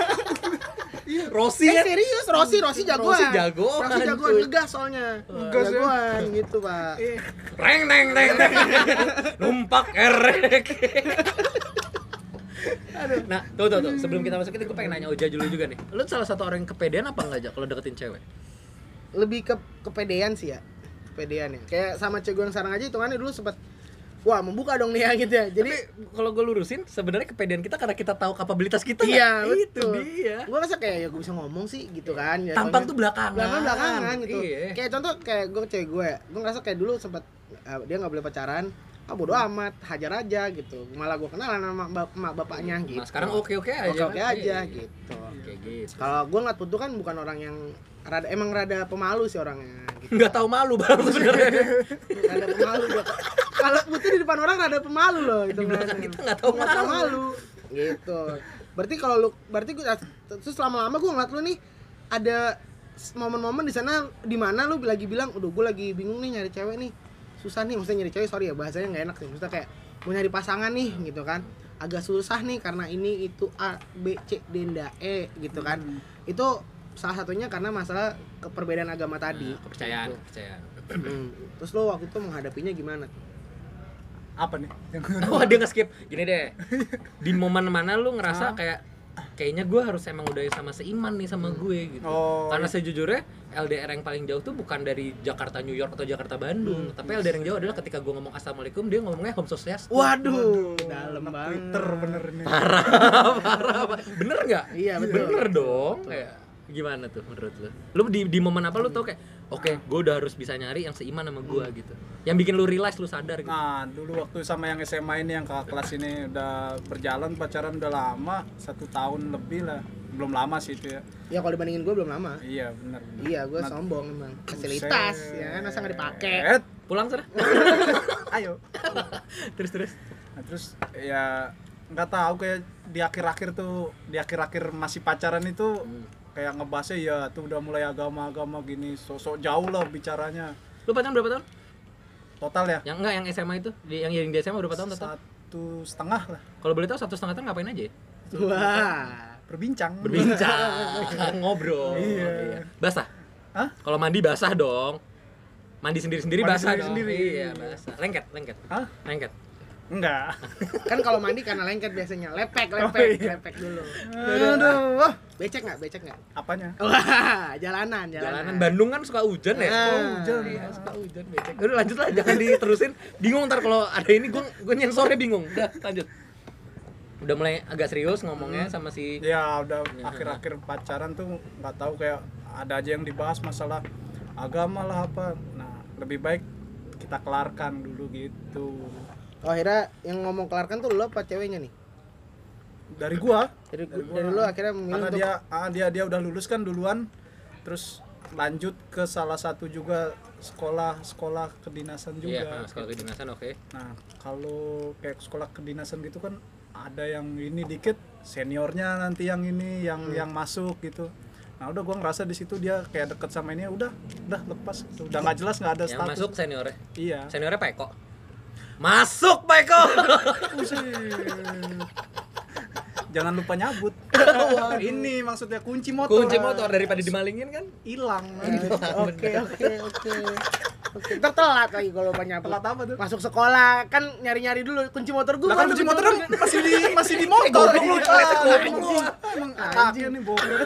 Speaker 1: Rosi kan?
Speaker 2: Serius, Rossi jagoan.
Speaker 1: Rossi jagoan,
Speaker 2: Rossi jagoan,
Speaker 1: cuy.
Speaker 2: ngegas soalnya.
Speaker 3: Ngegas ya.
Speaker 2: Jagoan gitu, Pak.
Speaker 1: Reng neng neng neng. Numpak erek. Nah, tuh. Sebelum kita masuk itu gue pengen nanya Oja dulu juga nih. Lu salah satu orang yang kepedean apa enggak aja kalau deketin cewek?
Speaker 2: Lebih ke kepedean sih ya. Kepedean ya. Kayak sama cewek gue yang sekarang aja hitungannya dulu sempat wah, membuka dong nih ya gitu ya. Jadi
Speaker 1: Kalau gue lurusin, sebenarnya kepedean kita karena kita tahu kapabilitas kita.
Speaker 2: iya,
Speaker 1: itu
Speaker 2: betul.
Speaker 1: dia.
Speaker 2: Gue rasa kayak ya gue bisa ngomong sih gitu kan. Ya,
Speaker 1: Tampang
Speaker 2: soalnya-
Speaker 1: tuh belakangan.
Speaker 2: belakangan gitu.
Speaker 1: Iya.
Speaker 2: Kayak contoh kayak gue cewek gue ya. Gue ngerasa kayak dulu sempat dia nggak boleh pacaran. Bodo amat, hajar aja gitu. Malah gue kenalan sama emak bapaknya gitu.
Speaker 1: Nah, sekarang oke aja.
Speaker 2: Oke
Speaker 1: kan?
Speaker 2: aja
Speaker 1: Iya.
Speaker 2: gitu.
Speaker 1: Kayak gitu.
Speaker 2: Kalau gue ngeliat Putu kan bukan orang yang rada pemalu sih orangnya gitu.
Speaker 1: Nggak tahu malu bang sebenarnya.
Speaker 2: Rada pemalu dia. Kalau Putu di depan orang rada pemalu loh itu.
Speaker 1: Di belakang kita nggak tahu malu.
Speaker 2: Gitu. Berarti gue terus lama-lama gue ngeliat lu nih ada momen-momen di sana di mana lu lagi bilang, "Udah gue lagi bingung nih nyari cewek nih. Susah nih, maksudnya nyari cewek, sorry ya bahasanya nggak enak sih. Maksudnya kayak mau nyari pasangan nih gitu kan. Agak susah nih karena ini itu A, B, C, D, E gitu kan." Itu salah satunya karena masalah perbedaan agama tadi.
Speaker 1: Kepercayaan.
Speaker 2: Terus lo waktu itu menghadapinya gimana?
Speaker 3: Apa nih?
Speaker 1: Oh dia nge-skip. Gini deh. Di momen mana lu ngerasa kayaknya gue harus emang udah sama seiman nih sama gue gitu. Karena sejujurnya LDR yang paling jauh tuh bukan dari Jakarta New York atau Jakarta Bandung, tapi LDR yang jauh adalah ketika gue ngomong assalamualaikum dia ngomongnya Om Swastiastu.
Speaker 2: Waduh, dalam banget.
Speaker 3: Twitter bener nih.
Speaker 1: Parah. Bener nggak?
Speaker 2: Iya, betul.
Speaker 1: Bener dong. Kayak gimana tuh menurut lu? Lu di momen apa lu tau kayak oke, gue udah harus bisa nyari yang seiman sama gue gitu. Yang bikin lu realize, lu sadar gitu.
Speaker 3: Nah, dulu waktu sama yang SMA ini yang kakak kelas ini udah berjalan pacaran udah lama, 1 tahun lebih lah. Belum lama sih itu ya.
Speaker 2: Ya kalau dibandingin gue belum lama.
Speaker 3: Iya benar.
Speaker 2: Iya, gue sombong emang. Fasilitas ya kan masa nggak dipakai.
Speaker 1: Pulang sana.
Speaker 3: Ayo.
Speaker 1: Terus.
Speaker 3: Nah, terus ya nggak tahu kayak di akhir-akhir masih pacaran itu kayak ngebahasnya ya tuh udah mulai agama gini, sosok jauh lah bicaranya.
Speaker 1: Lu pacaran berapa tahun?
Speaker 3: Total ya?
Speaker 1: Yang enggak yang SMA itu, yang di SMA berapa tahun total?
Speaker 3: 1,5 lah.
Speaker 1: Kalau boleh tahu 1,5 tahun ngapain aja ya?
Speaker 2: Wah.
Speaker 3: Berbincang.
Speaker 1: Ngobrol.
Speaker 3: Iya.
Speaker 1: Basah?
Speaker 3: Hah?
Speaker 1: Kalau mandi basah dong. Mandi sendiri-sendiri
Speaker 3: Mandi
Speaker 1: basah dong.
Speaker 3: sendiri-sendiri.
Speaker 1: Iya, basah. Lengket.
Speaker 3: Hah?
Speaker 1: Lengket.
Speaker 3: Enggak.
Speaker 2: Kan kalau mandi karena lengket biasanya. Lepek
Speaker 3: iya.
Speaker 2: dulu.
Speaker 3: Aduh.
Speaker 2: Becek nggak?
Speaker 3: Apanya?
Speaker 2: Wah, jalanan.
Speaker 1: Jalanan Bandung kan suka hujan ya?
Speaker 2: Hujan.
Speaker 1: Iya, suka hujan becek. Udah lanjut lah, jangan diterusin. Bingung ntar kalau ada ini gue nyensornya bingung. Udah, lanjut. Udah mulai agak serius ngomongnya sama si
Speaker 3: Ya udah akhir-akhir pacaran tuh nggak tahu kayak ada aja yang dibahas masalah agama lah apa. Nah lebih baik kita kelarkan dulu gitu.
Speaker 2: Oh, akhirnya yang ngomong kelarkan tuh lo apa ceweknya nih?
Speaker 3: Dari gua
Speaker 2: Dari lo akhirnya memilih
Speaker 3: karena
Speaker 2: untuk
Speaker 3: dia udah lulus kan duluan, terus lanjut ke salah satu juga sekolah kedinasan juga.
Speaker 1: Iya, sekolah kedinasan oke.
Speaker 3: Nah kalau kayak sekolah kedinasan gitu kan ada yang ini dikit seniornya nanti yang ini yang masuk gitu. Nah udah gua ngerasa di situ dia kayak deket sama ini udah lepas gitu. Udah nggak jelas, nggak ada
Speaker 1: Yang
Speaker 3: status.
Speaker 1: masuk seniornya.
Speaker 3: Iya.
Speaker 1: Seniornya Pak Eko. Masuk Pak Eko.
Speaker 3: Jangan lupa nyabut. Ini maksudnya kunci motor.
Speaker 1: Kunci motor daripada dimalingin kan?
Speaker 3: Hilang.
Speaker 2: Oke. Ntar telat lagi kalau banyak.
Speaker 3: Telat apa tuh?
Speaker 2: Masuk sekolah kan nyari-nyari dulu kunci motor gua.
Speaker 3: Lah kan kunci motor masih di motor. Anjing nih bokeh.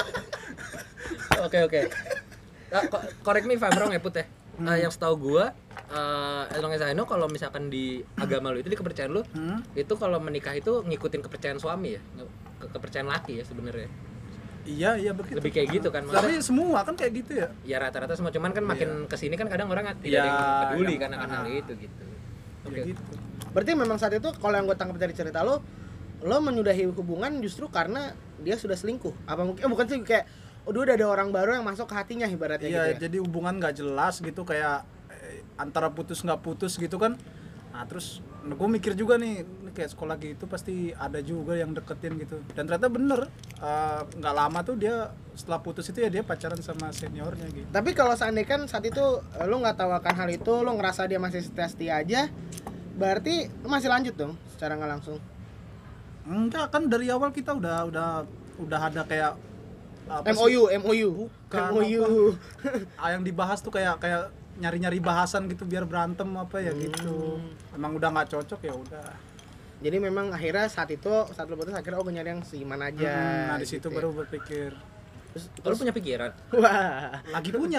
Speaker 1: Oke. Correct me if I'm wrong ya Put ya. Yang setahu gua, as long as I know, kalau misalkan di agama lu itu di kepercayaan lu, itu kalau menikah itu ngikutin kepercayaan suami ya, kepercayaan laki ya sebenarnya.
Speaker 3: Iya begitu.
Speaker 1: Lebih kayak gitu kan.
Speaker 3: Tapi semua kan kayak gitu ya.
Speaker 1: Ya rata-rata semua, cuman kan makin kesini kan kadang orang tidak ada yang peduli kan akan hal itu gitu.
Speaker 3: Ya gitu.
Speaker 2: Berarti memang saat itu kalau yang gue tangkap dari cerita lo menyudahi hubungan justru karena dia sudah selingkuh. Apa mungkin bukan sih kayak udah ada orang baru yang masuk ke hatinya ibaratnya
Speaker 3: Iya,
Speaker 2: gitu ya.
Speaker 3: jadi hubungan nggak jelas gitu kayak antara putus nggak putus gitu kan. Nah terus gue mikir juga nih kayak sekolah gitu pasti ada juga yang deketin gitu, dan ternyata bener nggak lama tuh dia setelah putus itu ya dia pacaran sama seniornya gitu.
Speaker 2: Tapi kalau seandainya kan saat itu lu nggak tahu akan hal itu, lu ngerasa dia masih setia aja, berarti lu masih lanjut dong secara nggak langsung.
Speaker 3: Enggak, kan dari awal kita udah ada kayak apa
Speaker 2: MOU
Speaker 3: Bukan,
Speaker 2: MOU.
Speaker 3: yang dibahas tuh kayak nyari-nyari bahasan gitu biar berantem apa ya gitu. Emang udah nggak cocok ya udah.
Speaker 2: Jadi memang akhirnya saat lu putus akhirnya gue nyari yang seiman aja.
Speaker 3: Nah di situ
Speaker 2: gitu
Speaker 3: baru berpikir.
Speaker 1: Lu punya pikiran?
Speaker 2: Wah.
Speaker 3: Lagi punya.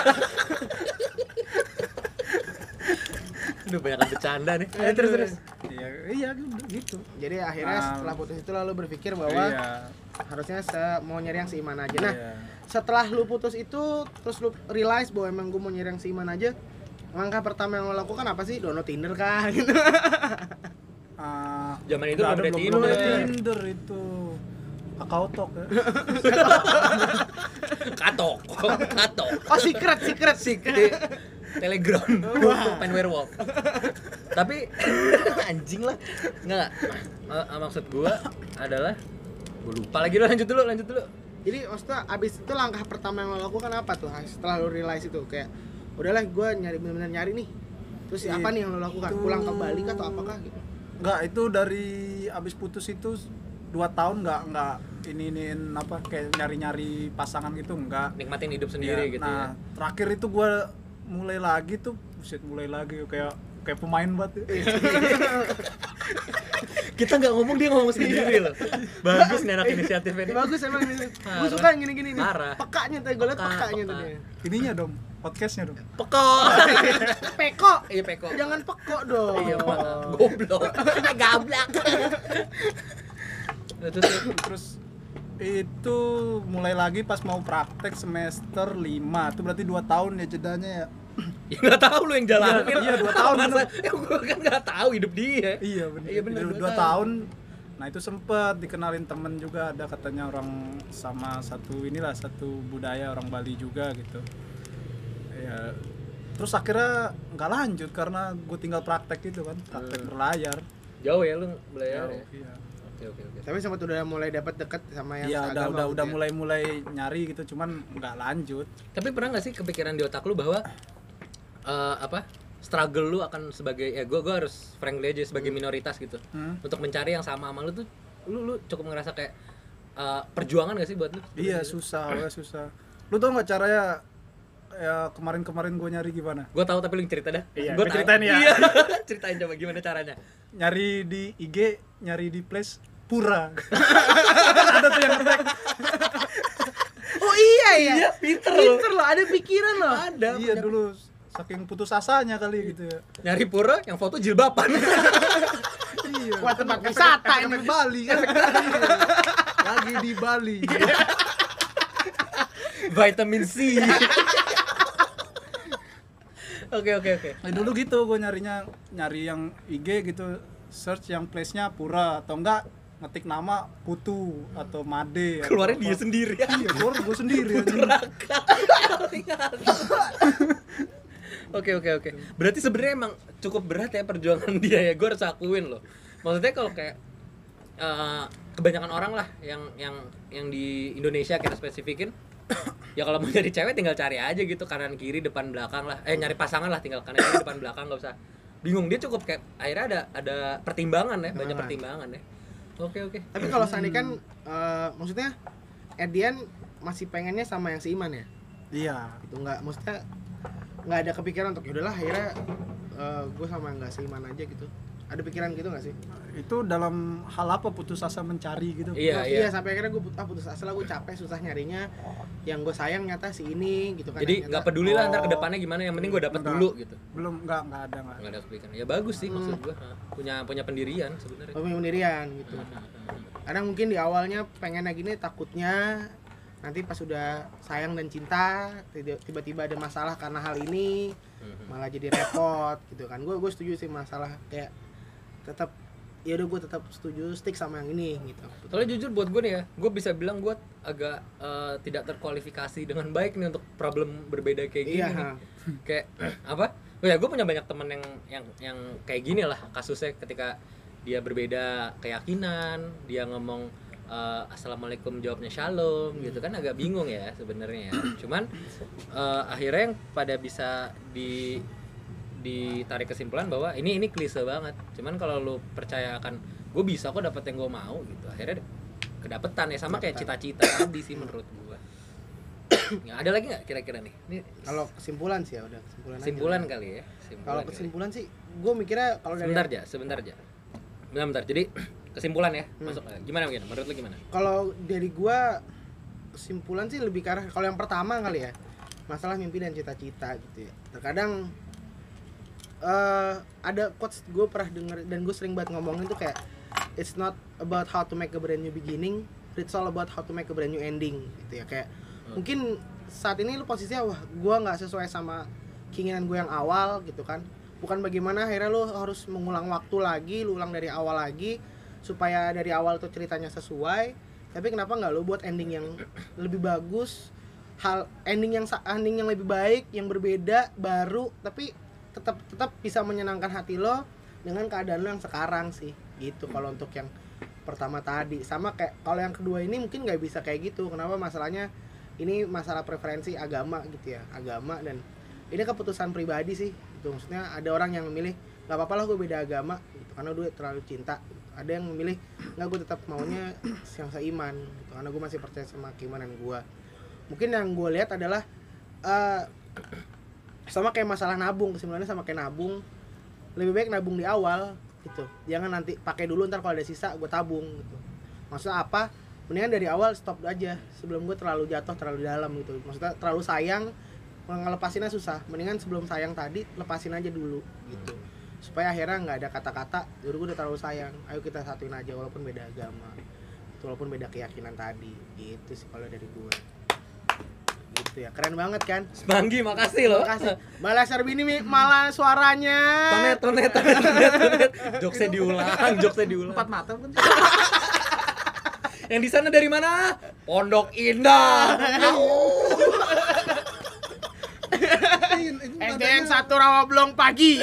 Speaker 1: Aduh, banyak bercanda nih.
Speaker 2: Terus.
Speaker 3: Iya gitu.
Speaker 2: Jadi akhirnya setelah putus itu lalu berpikir bahwa harusnya mau nyari yang seiman aja. Nah, setelah lu putus itu terus lu realize bahwa emang gue mau nyari yang seiman aja, langkah pertama yang lo lakukan apa sih? Download Tinder kah gitu.
Speaker 1: Zaman itu
Speaker 3: belum ada Tinder itu. Kakao Talk ya.
Speaker 1: Katok.
Speaker 2: Oh, secret.
Speaker 1: Di Telegram. Pen werewolf. Tapi anjing lah. Enggak. Maksud gua adalah gua lupa lagi, lanjut dulu.
Speaker 2: Jadi maksudnya abis itu langkah pertama yang lo lakukan apa tuh setelah lo realize itu? Kayak udahlah gue bener-bener nyari nih. Terus apa nih yang lo lakukan? Pulang ke Bali kah atau apakah gitu?
Speaker 3: Enggak, itu dari abis putus itu 2 tahun enggak iniin apa kayak nyari-nyari pasangan gitu, enggak.
Speaker 1: Nikmatin hidup sendiri gitu ya.
Speaker 3: Nah, terakhir itu gue mulai lagi kayak pemain banget.
Speaker 1: Kita nggak ngomong, dia ngomong sendiri loh. Bagus nih anak inisiatif ini.
Speaker 2: Bagus emang ini. Gue suka yang gini-gini nih.
Speaker 1: Parah.
Speaker 2: Pekanya tuh, gue liat pekanya tuh dia.
Speaker 3: Ininya dong, podcastnya dong.
Speaker 1: Peko.
Speaker 2: Peko.
Speaker 1: Iya, peko.
Speaker 2: Jangan peko dong.
Speaker 1: Iya, goblok. Gablak.
Speaker 3: Terus itu mulai lagi pas mau praktek semester 5. Itu berarti 2 tahun ya jedanya ya.
Speaker 1: Ya nggak tahu lu yang jalanin.
Speaker 3: Iya, 2 tahun.
Speaker 1: Ya gue kan nggak tahu hidup dia.
Speaker 3: Iya benar.
Speaker 1: Iya benar,
Speaker 3: 2 tahun. Nah itu sempet dikenalin temen juga, ada katanya orang sama satu budaya orang Bali juga gitu. Ya terus akhirnya nggak lanjut karena gue tinggal praktek gitu kan, praktek berlayar.
Speaker 1: Jauh ya lu berlayar.
Speaker 3: Iya.
Speaker 1: Oke.
Speaker 2: Tapi sempat udah mulai dapat dekat sama yang
Speaker 3: Iya,
Speaker 2: seagama.
Speaker 3: udah mulai nyari gitu, cuman nggak lanjut.
Speaker 1: Tapi pernah nggak sih kepikiran di otak lu bahwa struggle lu akan sebagai gue harus frankly aja sebagai minoritas gitu, untuk mencari yang sama lu tuh lu cukup ngerasa kayak perjuangan gak sih buat lu?
Speaker 3: Iya susah. Lu tau nggak caranya ya kemarin gue nyari gimana?
Speaker 1: Gue tahu tapi lu cerita dah.
Speaker 3: Iya,
Speaker 1: Gue
Speaker 3: ceritain ya.
Speaker 1: Iya. Ceritain coba gimana caranya.
Speaker 3: Nyari di IG, nyari di Place Pura. Ada tuh yang ngetek.
Speaker 2: Oh iya ya.
Speaker 1: Iya, pinter
Speaker 2: loh, ada pikiran loh.
Speaker 1: Ada.
Speaker 3: Iya dulu saking putus asanya kali gitu ya.
Speaker 1: Nyari pura yang foto jilbaban.
Speaker 3: Iya.
Speaker 2: Wah, tempat wisata ini.
Speaker 3: Bali kan. Lagi di Bali.
Speaker 1: Vitamin C. Oke.
Speaker 3: Nah, dulu gitu gue nyari yang IG gitu, search yang place-nya Pura atau enggak ngetik nama Putu atau Made.
Speaker 1: Keluarnya dia sendiri.
Speaker 3: Iya, keluar gue sendiri.
Speaker 1: Oke. Berarti sebenarnya emang cukup berat ya perjuangan dia ya. Gue harus akuin loh. Maksudnya kalau kayak kebanyakan orang lah yang di Indonesia kita spesifikin, ya kalau mau nyari cewek tinggal cari aja gitu, kanan kiri depan belakang lah. Nyari pasangan lah tinggal kanan kiri depan belakang, nggak usah bingung. Dia cukup kayak akhirnya ada pertimbangan ya, banyak pertimbangan ya. Oke.
Speaker 2: Tapi kalau seandainya kan maksudnya Edian masih pengennya sama yang seiman ya?
Speaker 3: Iya.
Speaker 2: Itu maksudnya nggak ada kepikiran untuk yaudahlah akhirnya gue sama yang nggak seiman aja gitu. Ada pikiran gitu nggak sih?
Speaker 3: Itu dalam hal apa putus asa mencari gitu?
Speaker 2: Iya, sampai akhirnya gue putus asa lah, gue capek susah nyarinya. Yang gue sayang nyata si ini gitu kan.
Speaker 1: Jadi nggak peduli lah ntar kedepannya gimana, yang penting gue dapet dulu gitu.
Speaker 3: Belum, nggak ada.
Speaker 1: Nggak ada kepikiran. Ya bagus sih maksud gue. Punya pendirian sebenarnya.
Speaker 2: Punya pendirian gitu. Karena mungkin di awalnya pengennya gini, takutnya nanti pas udah sayang dan cinta tiba-tiba ada masalah karena hal ini, malah jadi repot gitu kan. Gue setuju sih masalah kayak tetap ya udah gue tetap setuju stick sama yang ini gitu.
Speaker 1: Soalnya jujur buat gue nih ya, gue bisa bilang gue agak tidak terkualifikasi dengan baik nih untuk problem berbeda kayak gini nih. Kayak Oh ya, gue punya banyak temen yang kayak gini lah kasusnya, ketika dia berbeda keyakinan, dia ngomong assalamualaikum jawabnya shalom gitu kan, agak bingung ya sebenarnya ya. Cuman akhirnya yang pada bisa ditarik kesimpulan bahwa ini klise banget. Cuman kalau lu percaya akan gue bisa kok dapet yang gue mau gitu, akhirnya kedapetan ya, sama kayak cita-cita tadi sih menurut gue. Nggak ada lagi nggak kira-kira nih? Ini
Speaker 2: kalau kesimpulan sih ya udah
Speaker 1: kesimpulan kali ya.
Speaker 2: Kalau kesimpulan sih gue mikirnya kalau dari
Speaker 1: sebentar aja. Bentar. Jadi kesimpulan ya, masuk. Gimana menurut lu gimana?
Speaker 2: Kalau dari gua kesimpulan sih lebih ke arah kalau yang pertama kali ya, masalah mimpi dan cita-cita gitu ya. Terkadang ada quotes gue pernah denger dan gue sering banget ngomongin tuh kayak it's not about how to make a brand new beginning, it's all about how to make a brand new ending gitu ya. Kayak mungkin saat ini lu posisinya wah gue nggak sesuai sama keinginan gue yang awal gitu kan, bukan bagaimana akhirnya lu harus mengulang waktu lagi, lu ulang dari awal lagi supaya dari awal tuh ceritanya sesuai. Tapi kenapa nggak lu buat ending yang lebih bagus, ending yang lebih baik, yang berbeda, baru, tapi tetap bisa menyenangkan hati lo dengan keadaan lo yang sekarang sih gitu. Kalau untuk yang pertama tadi, sama kayak kalau yang kedua ini mungkin nggak bisa kayak gitu. Kenapa? Masalahnya ini masalah preferensi agama gitu ya, agama, dan ini keputusan pribadi sih gitu. Maksudnya ada orang yang memilih nggak apa-apa lah gue beda agama gitu, karena gue terlalu cinta. Ada yang memilih nggak, gue tetap maunya yang seiman gitu, karena gue masih percaya sama keimanan gue. Mungkin yang gue lihat adalah sama kayak masalah nabung, kesimpulannya sama kayak nabung, lebih baik nabung di awal gitu, jangan nanti pakai dulu, ntar kalau ada sisa gue tabung gitu. Maksudnya apa? Mendingan dari awal stop aja sebelum gue terlalu jatuh terlalu dalam gitu. Maksudnya terlalu sayang, ngelepasinnya susah, mendingan sebelum sayang tadi lepasin aja dulu gitu, supaya akhirnya nggak ada kata-kata dulu gue udah terlalu sayang, ayo kita satuin aja walaupun beda agama gitu, walaupun beda keyakinan tadi gitu sih kalau dari gue gitu ya. Keren banget kan
Speaker 1: Semanggi, makasih loh.
Speaker 2: makasih malah Serbini malah suaranya
Speaker 1: tonet jokesnya diulang
Speaker 3: 4 mata kan.
Speaker 1: Yang di sana dari mana? Pondok Indah.
Speaker 2: SDN 1 Rawabelong pagi.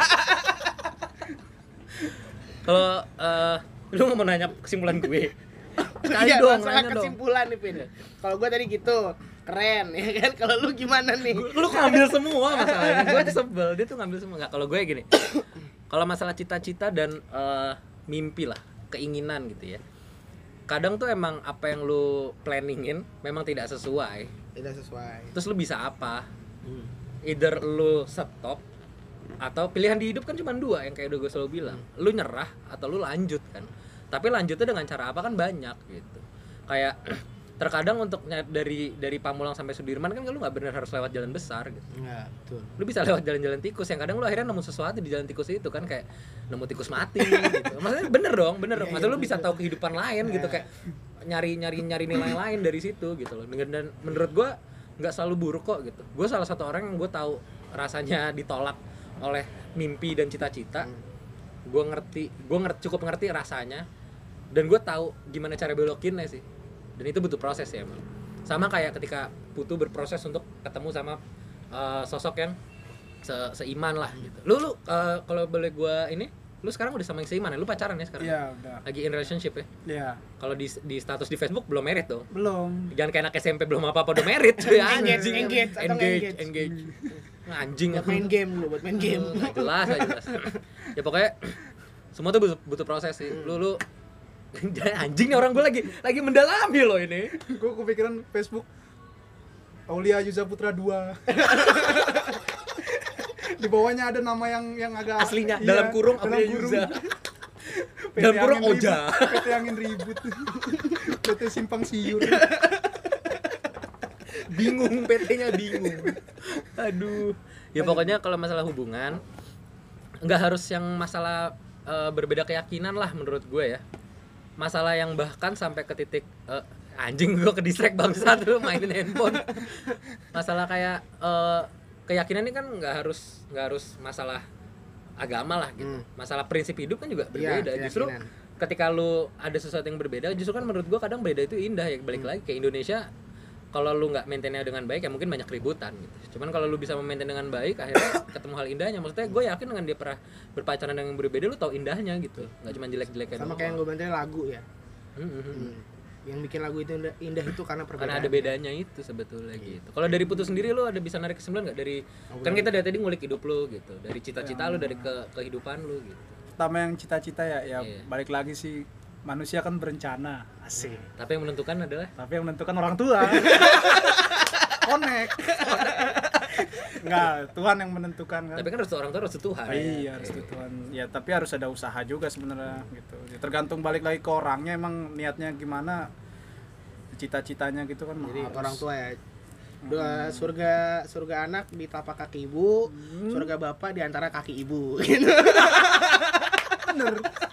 Speaker 1: Kalau lu mau nanya kesimpulan gue, sekali
Speaker 2: Iya,
Speaker 1: dong,
Speaker 2: masalah
Speaker 1: nanya dong.
Speaker 2: kesimpulan nih Pin. Kalau gue tadi gitu keren ya kan. Kalau lu gimana nih?
Speaker 1: Lu ngambil semua masalahnya. Gue tuh sebel, dia tuh ngambil semua. Nggak, kalau gue gini. Kalau masalah cita-cita dan mimpi lah, keinginan gitu ya. Kadang tuh emang apa yang lu planningin memang tidak sesuai.
Speaker 2: Tidak sesuai.
Speaker 1: Terus lu bisa apa? Either lu stop, atau pilihan di hidup kan cuma 2 yang kayak udah gue selalu bilang. Lu nyerah atau lu lanjut kan. Tapi lanjutnya dengan cara apa kan banyak gitu. Kayak terkadang untuk dari Pamulang sampai Sudirman kan lu nggak benar harus lewat jalan besar gitu.
Speaker 2: Enggak, betul.
Speaker 1: Lu bisa lewat jalan-jalan tikus yang kadang lu akhirnya nemu sesuatu di jalan tikus itu kan, kayak nemu tikus mati gitu. Maksudnya bener dong. Maksudnya lu bisa tahu kehidupan lain gitu, kayak nyari nilai lain dari situ gitu loh. Dan menurut gua nggak selalu buruk kok gitu. Gua salah satu orang yang gua tahu rasanya ditolak oleh mimpi dan cita-cita. Gua cukup ngerti rasanya, dan gua tahu gimana cara belokinnya sih. Dan itu butuh proses ya emang. Sama kayak ketika Putu berproses untuk ketemu sama sosok yang seiman lah gitu. Lu kalau boleh gua ini, lu sekarang udah sama yang seiman ya? Lu pacaran ya sekarang?
Speaker 3: Iya, udah.
Speaker 1: Lagi in relationship ya?
Speaker 3: Iya.
Speaker 1: Kalau di status di Facebook belum married dong?
Speaker 3: Belum.
Speaker 1: Jangan kayak anak SMP belum apa-apa udah married cuy.
Speaker 2: Engage.
Speaker 1: Anjing
Speaker 2: Buat main game lu, buat main game.
Speaker 1: jelas. Ya pokoknya semua tuh butuh proses sih. Lu anjing nih, orang gue lagi mendalami loh ini.
Speaker 3: Gue kepikiran Facebook Aulia Yuza Putra 2. Di bawahnya ada nama yang agak
Speaker 1: Aslinya
Speaker 3: iya,
Speaker 1: dalam kurung Aulia Yuza. Dalam kurung Oja.
Speaker 3: PT Angin Ribut. PT Simpang Siur.
Speaker 1: Bingung, PT-nya bingung. Aduh. Ya pokoknya kalau masalah hubungan nggak harus yang masalah berbeda keyakinan lah menurut gue ya. Masalah yang bahkan sampai ke titik anjing gue ke distract bangsat lu mainin handphone. Masalah kayak keyakinan ini kan nggak harus masalah agama lah gitu. Masalah prinsip hidup kan juga berbeda.
Speaker 2: Iya,
Speaker 1: justru ketika lu ada sesuatu yang berbeda, justru kan menurut gue kadang beda itu indah ya. Balik lagi ke Indonesia, kalau lu nggak maintainnya dengan baik ya mungkin banyak keributan gitu. Cuman kalau lu bisa memaintain dengan baik akhirnya ketemu hal indahnya. Maksudnya gue yakin dengan dia pernah berpacaran dengan yang berbeda lu tahu indahnya gitu, nggak cuma jelek-jeleknya
Speaker 2: sama
Speaker 1: doang.
Speaker 2: kayak yang gue bantuin lagu ya. Yang bikin lagu itu indah itu karena perbedaan.
Speaker 1: Karena ada bedanya itu sebetulnya gitu. Kalau dari Putu sendiri lu ada bisa narik kesimpulan nggak dari kan kita dari tadi ngulik hidup lu gitu, dari cita-cita lu, dari kehidupan lu gitu.
Speaker 3: Pertama yang cita-cita ya
Speaker 1: Iya.
Speaker 3: balik lagi sih, manusia kan berencana. Asik.
Speaker 1: Tapi yang menentukan adalah
Speaker 3: Tapi yang menentukan orang tua. Connect. Enggak, Tuhan yang menentukan kan.
Speaker 1: tapi kan harus orang tua harus Tuhan.
Speaker 3: Iya, harus Tuhan. Ya, tapi harus ada usaha juga sebenarnya gitu. Ya, tergantung balik lagi ke orangnya, emang niatnya gimana, cita-citanya gitu kan.
Speaker 2: Jadi
Speaker 3: harus.
Speaker 2: orang tua ya. Surga anak di telapak kaki ibu, surga bapak di antara kaki ibu. Gitu.
Speaker 3: Bener.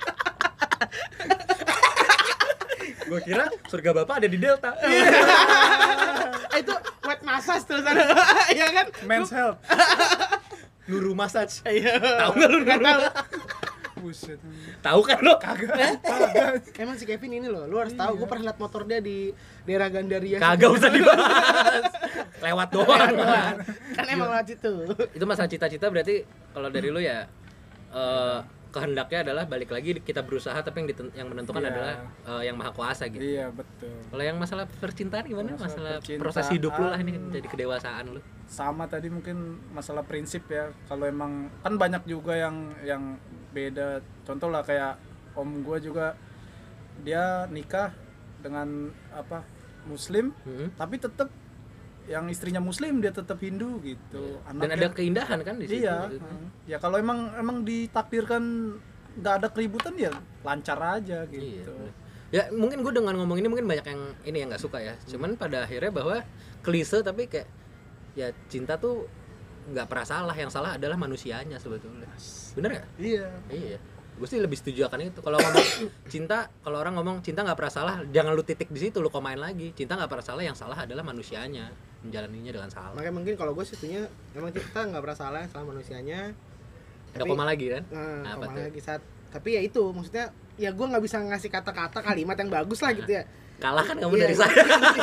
Speaker 1: Gue kira surga bapak ada di Delta.
Speaker 2: Itu wet massage terus ada. Iya kan?
Speaker 3: Men's health.
Speaker 1: Nuru massage.
Speaker 2: Iya.
Speaker 1: Tahu nggak lu Nuru?
Speaker 3: Buset.
Speaker 1: Tahu kan lo?
Speaker 3: Kagak.
Speaker 2: Emang si Kevin ini loh, lu harus tahu. Gue pernah liat motor dia di daerah Gandaria.
Speaker 1: Kagak usah dibahas. Lewat doang.
Speaker 2: Kan emang lewat situ.
Speaker 1: Itu masalah cita-cita berarti kalau dari lu ya kehendaknya adalah balik lagi kita berusaha tapi yang menentukan
Speaker 3: Iya.
Speaker 1: adalah yang maha kuasa gitu.
Speaker 3: Iya, betul.
Speaker 1: Kalau yang masalah percintaan gimana? Masalah
Speaker 3: percintaan.
Speaker 1: proses hidup lu lah ini jadi kedewasaan lu.
Speaker 3: Sama tadi mungkin masalah prinsip ya. Kalau emang kan banyak juga yang beda. Contoh lah kayak om gua juga, dia nikah dengan muslim, tapi tetap yang istrinya muslim dia tetap Hindu gitu.
Speaker 1: Dan ada keindahan kan di situ.
Speaker 3: Iya. Ya kalau emang ditakdirkan nggak ada keributan ya lancar aja gitu.
Speaker 1: Ya mungkin gue dengan ngomong ini mungkin banyak yang nggak suka ya. Cuman pada akhirnya bahwa klise tapi kayak ya cinta tuh nggak pernah salah. Yang salah adalah manusianya sebetulnya. Bener nggak? Iya. Gue sih lebih setuju akan itu. Kalau ngomong cinta, kalau orang ngomong cinta nggak pernah salah, jangan lu titik di situ, lu komain lagi. Cinta nggak pernah salah, yang salah adalah manusianya menjalaninya dengan salah.
Speaker 2: Makanya mungkin kalau gue situnya emang cinta nggak pernah salah, salah manusianya.
Speaker 1: Ada koma lagi kan?
Speaker 2: Koma lagi saat. Tapi ya itu maksudnya ya gue nggak bisa ngasih kata-kata kalimat yang bagus lah gitu ya.
Speaker 1: Kalah kan kamu
Speaker 2: Iya.
Speaker 1: dari saya.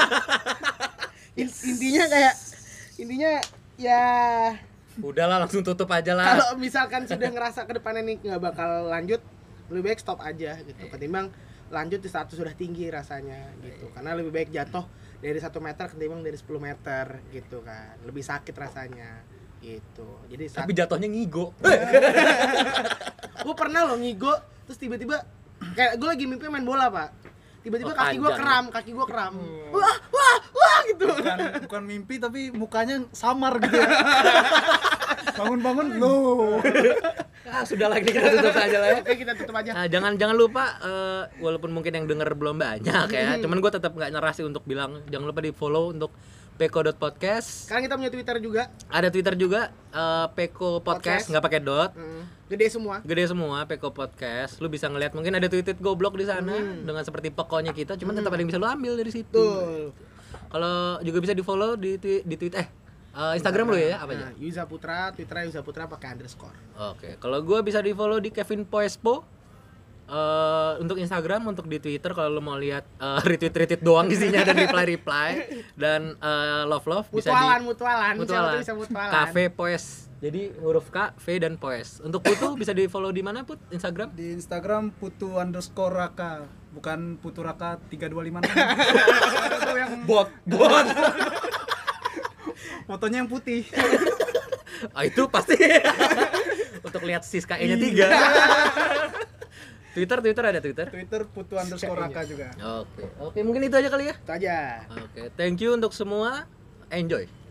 Speaker 2: Intinya ya
Speaker 1: Udahlah langsung tutup aja lah.
Speaker 2: kalau misalkan sudah ngerasa ke depannya nih nggak bakal lanjut, lebih baik stop aja gitu. Ketimbang lanjut di saat sudah tinggi rasanya gitu. Karena lebih baik jatuh dari 1 meter ketimbang dari 10 meter gitu kan. Lebih sakit rasanya gitu. Jadi saat
Speaker 1: Tapi jatuhnya ngigo.
Speaker 2: gue pernah loh ngigo terus tiba-tiba kayak gue lagi mimpi main bola, Pak. Tiba-tiba kaki gue kram. Wah gitu.
Speaker 3: Bukan mimpi tapi mukanya samar gitu ya. Bangun-bangun loh.
Speaker 1: Sudah lagi kita tutup aja lah ya.
Speaker 2: Oke, kita tutup aja.
Speaker 1: Nah, jangan lupa walaupun mungkin yang denger belum banyak ya, cuman gue tetap nggak nyerah sih untuk bilang jangan lupa di follow untuk peko.podcast.
Speaker 2: Sekarang kita punya Twitter juga.
Speaker 1: Ada Twitter juga Peko Podcast nggak pakai dot.
Speaker 2: Gede semua.
Speaker 1: Gede semua Peko Podcast. Lu bisa ngeliat mungkin ada tweet goblok di sana dengan seperti pekonya kita, cuman tetap ada yang bisa lu ambil dari situ.
Speaker 2: Betul.
Speaker 1: Kalau juga bisa di follow di Twitter Instagram lu ya apa aja?
Speaker 2: Yuza Putra, Twitternya Yuza Putra pakai underscore.
Speaker 1: Oke, kalau gue bisa di follow di Kevin Poespo. Untuk Instagram, untuk di Twitter kalau lo mau lihat retweet doang isinya dan reply dan love bisa
Speaker 2: Mutualan. Siapa tuh bisa mutualan.
Speaker 1: Cafe Poes. Jadi huruf K, V dan Poes. Untuk Putu bisa di follow di mana Put? Instagram?
Speaker 3: Di Instagram putu_raka, bukan putu raka 325. Itu yang
Speaker 1: Bot.
Speaker 3: fotonya yang putih.
Speaker 1: Itu pasti untuk lihat Siska E-nya 3. Twitter ada Twitter.
Speaker 3: Twitter putu_raka juga.
Speaker 1: Oke, mungkin itu aja kali ya.
Speaker 2: Itu aja.
Speaker 1: Oke, thank you untuk semua. Enjoy.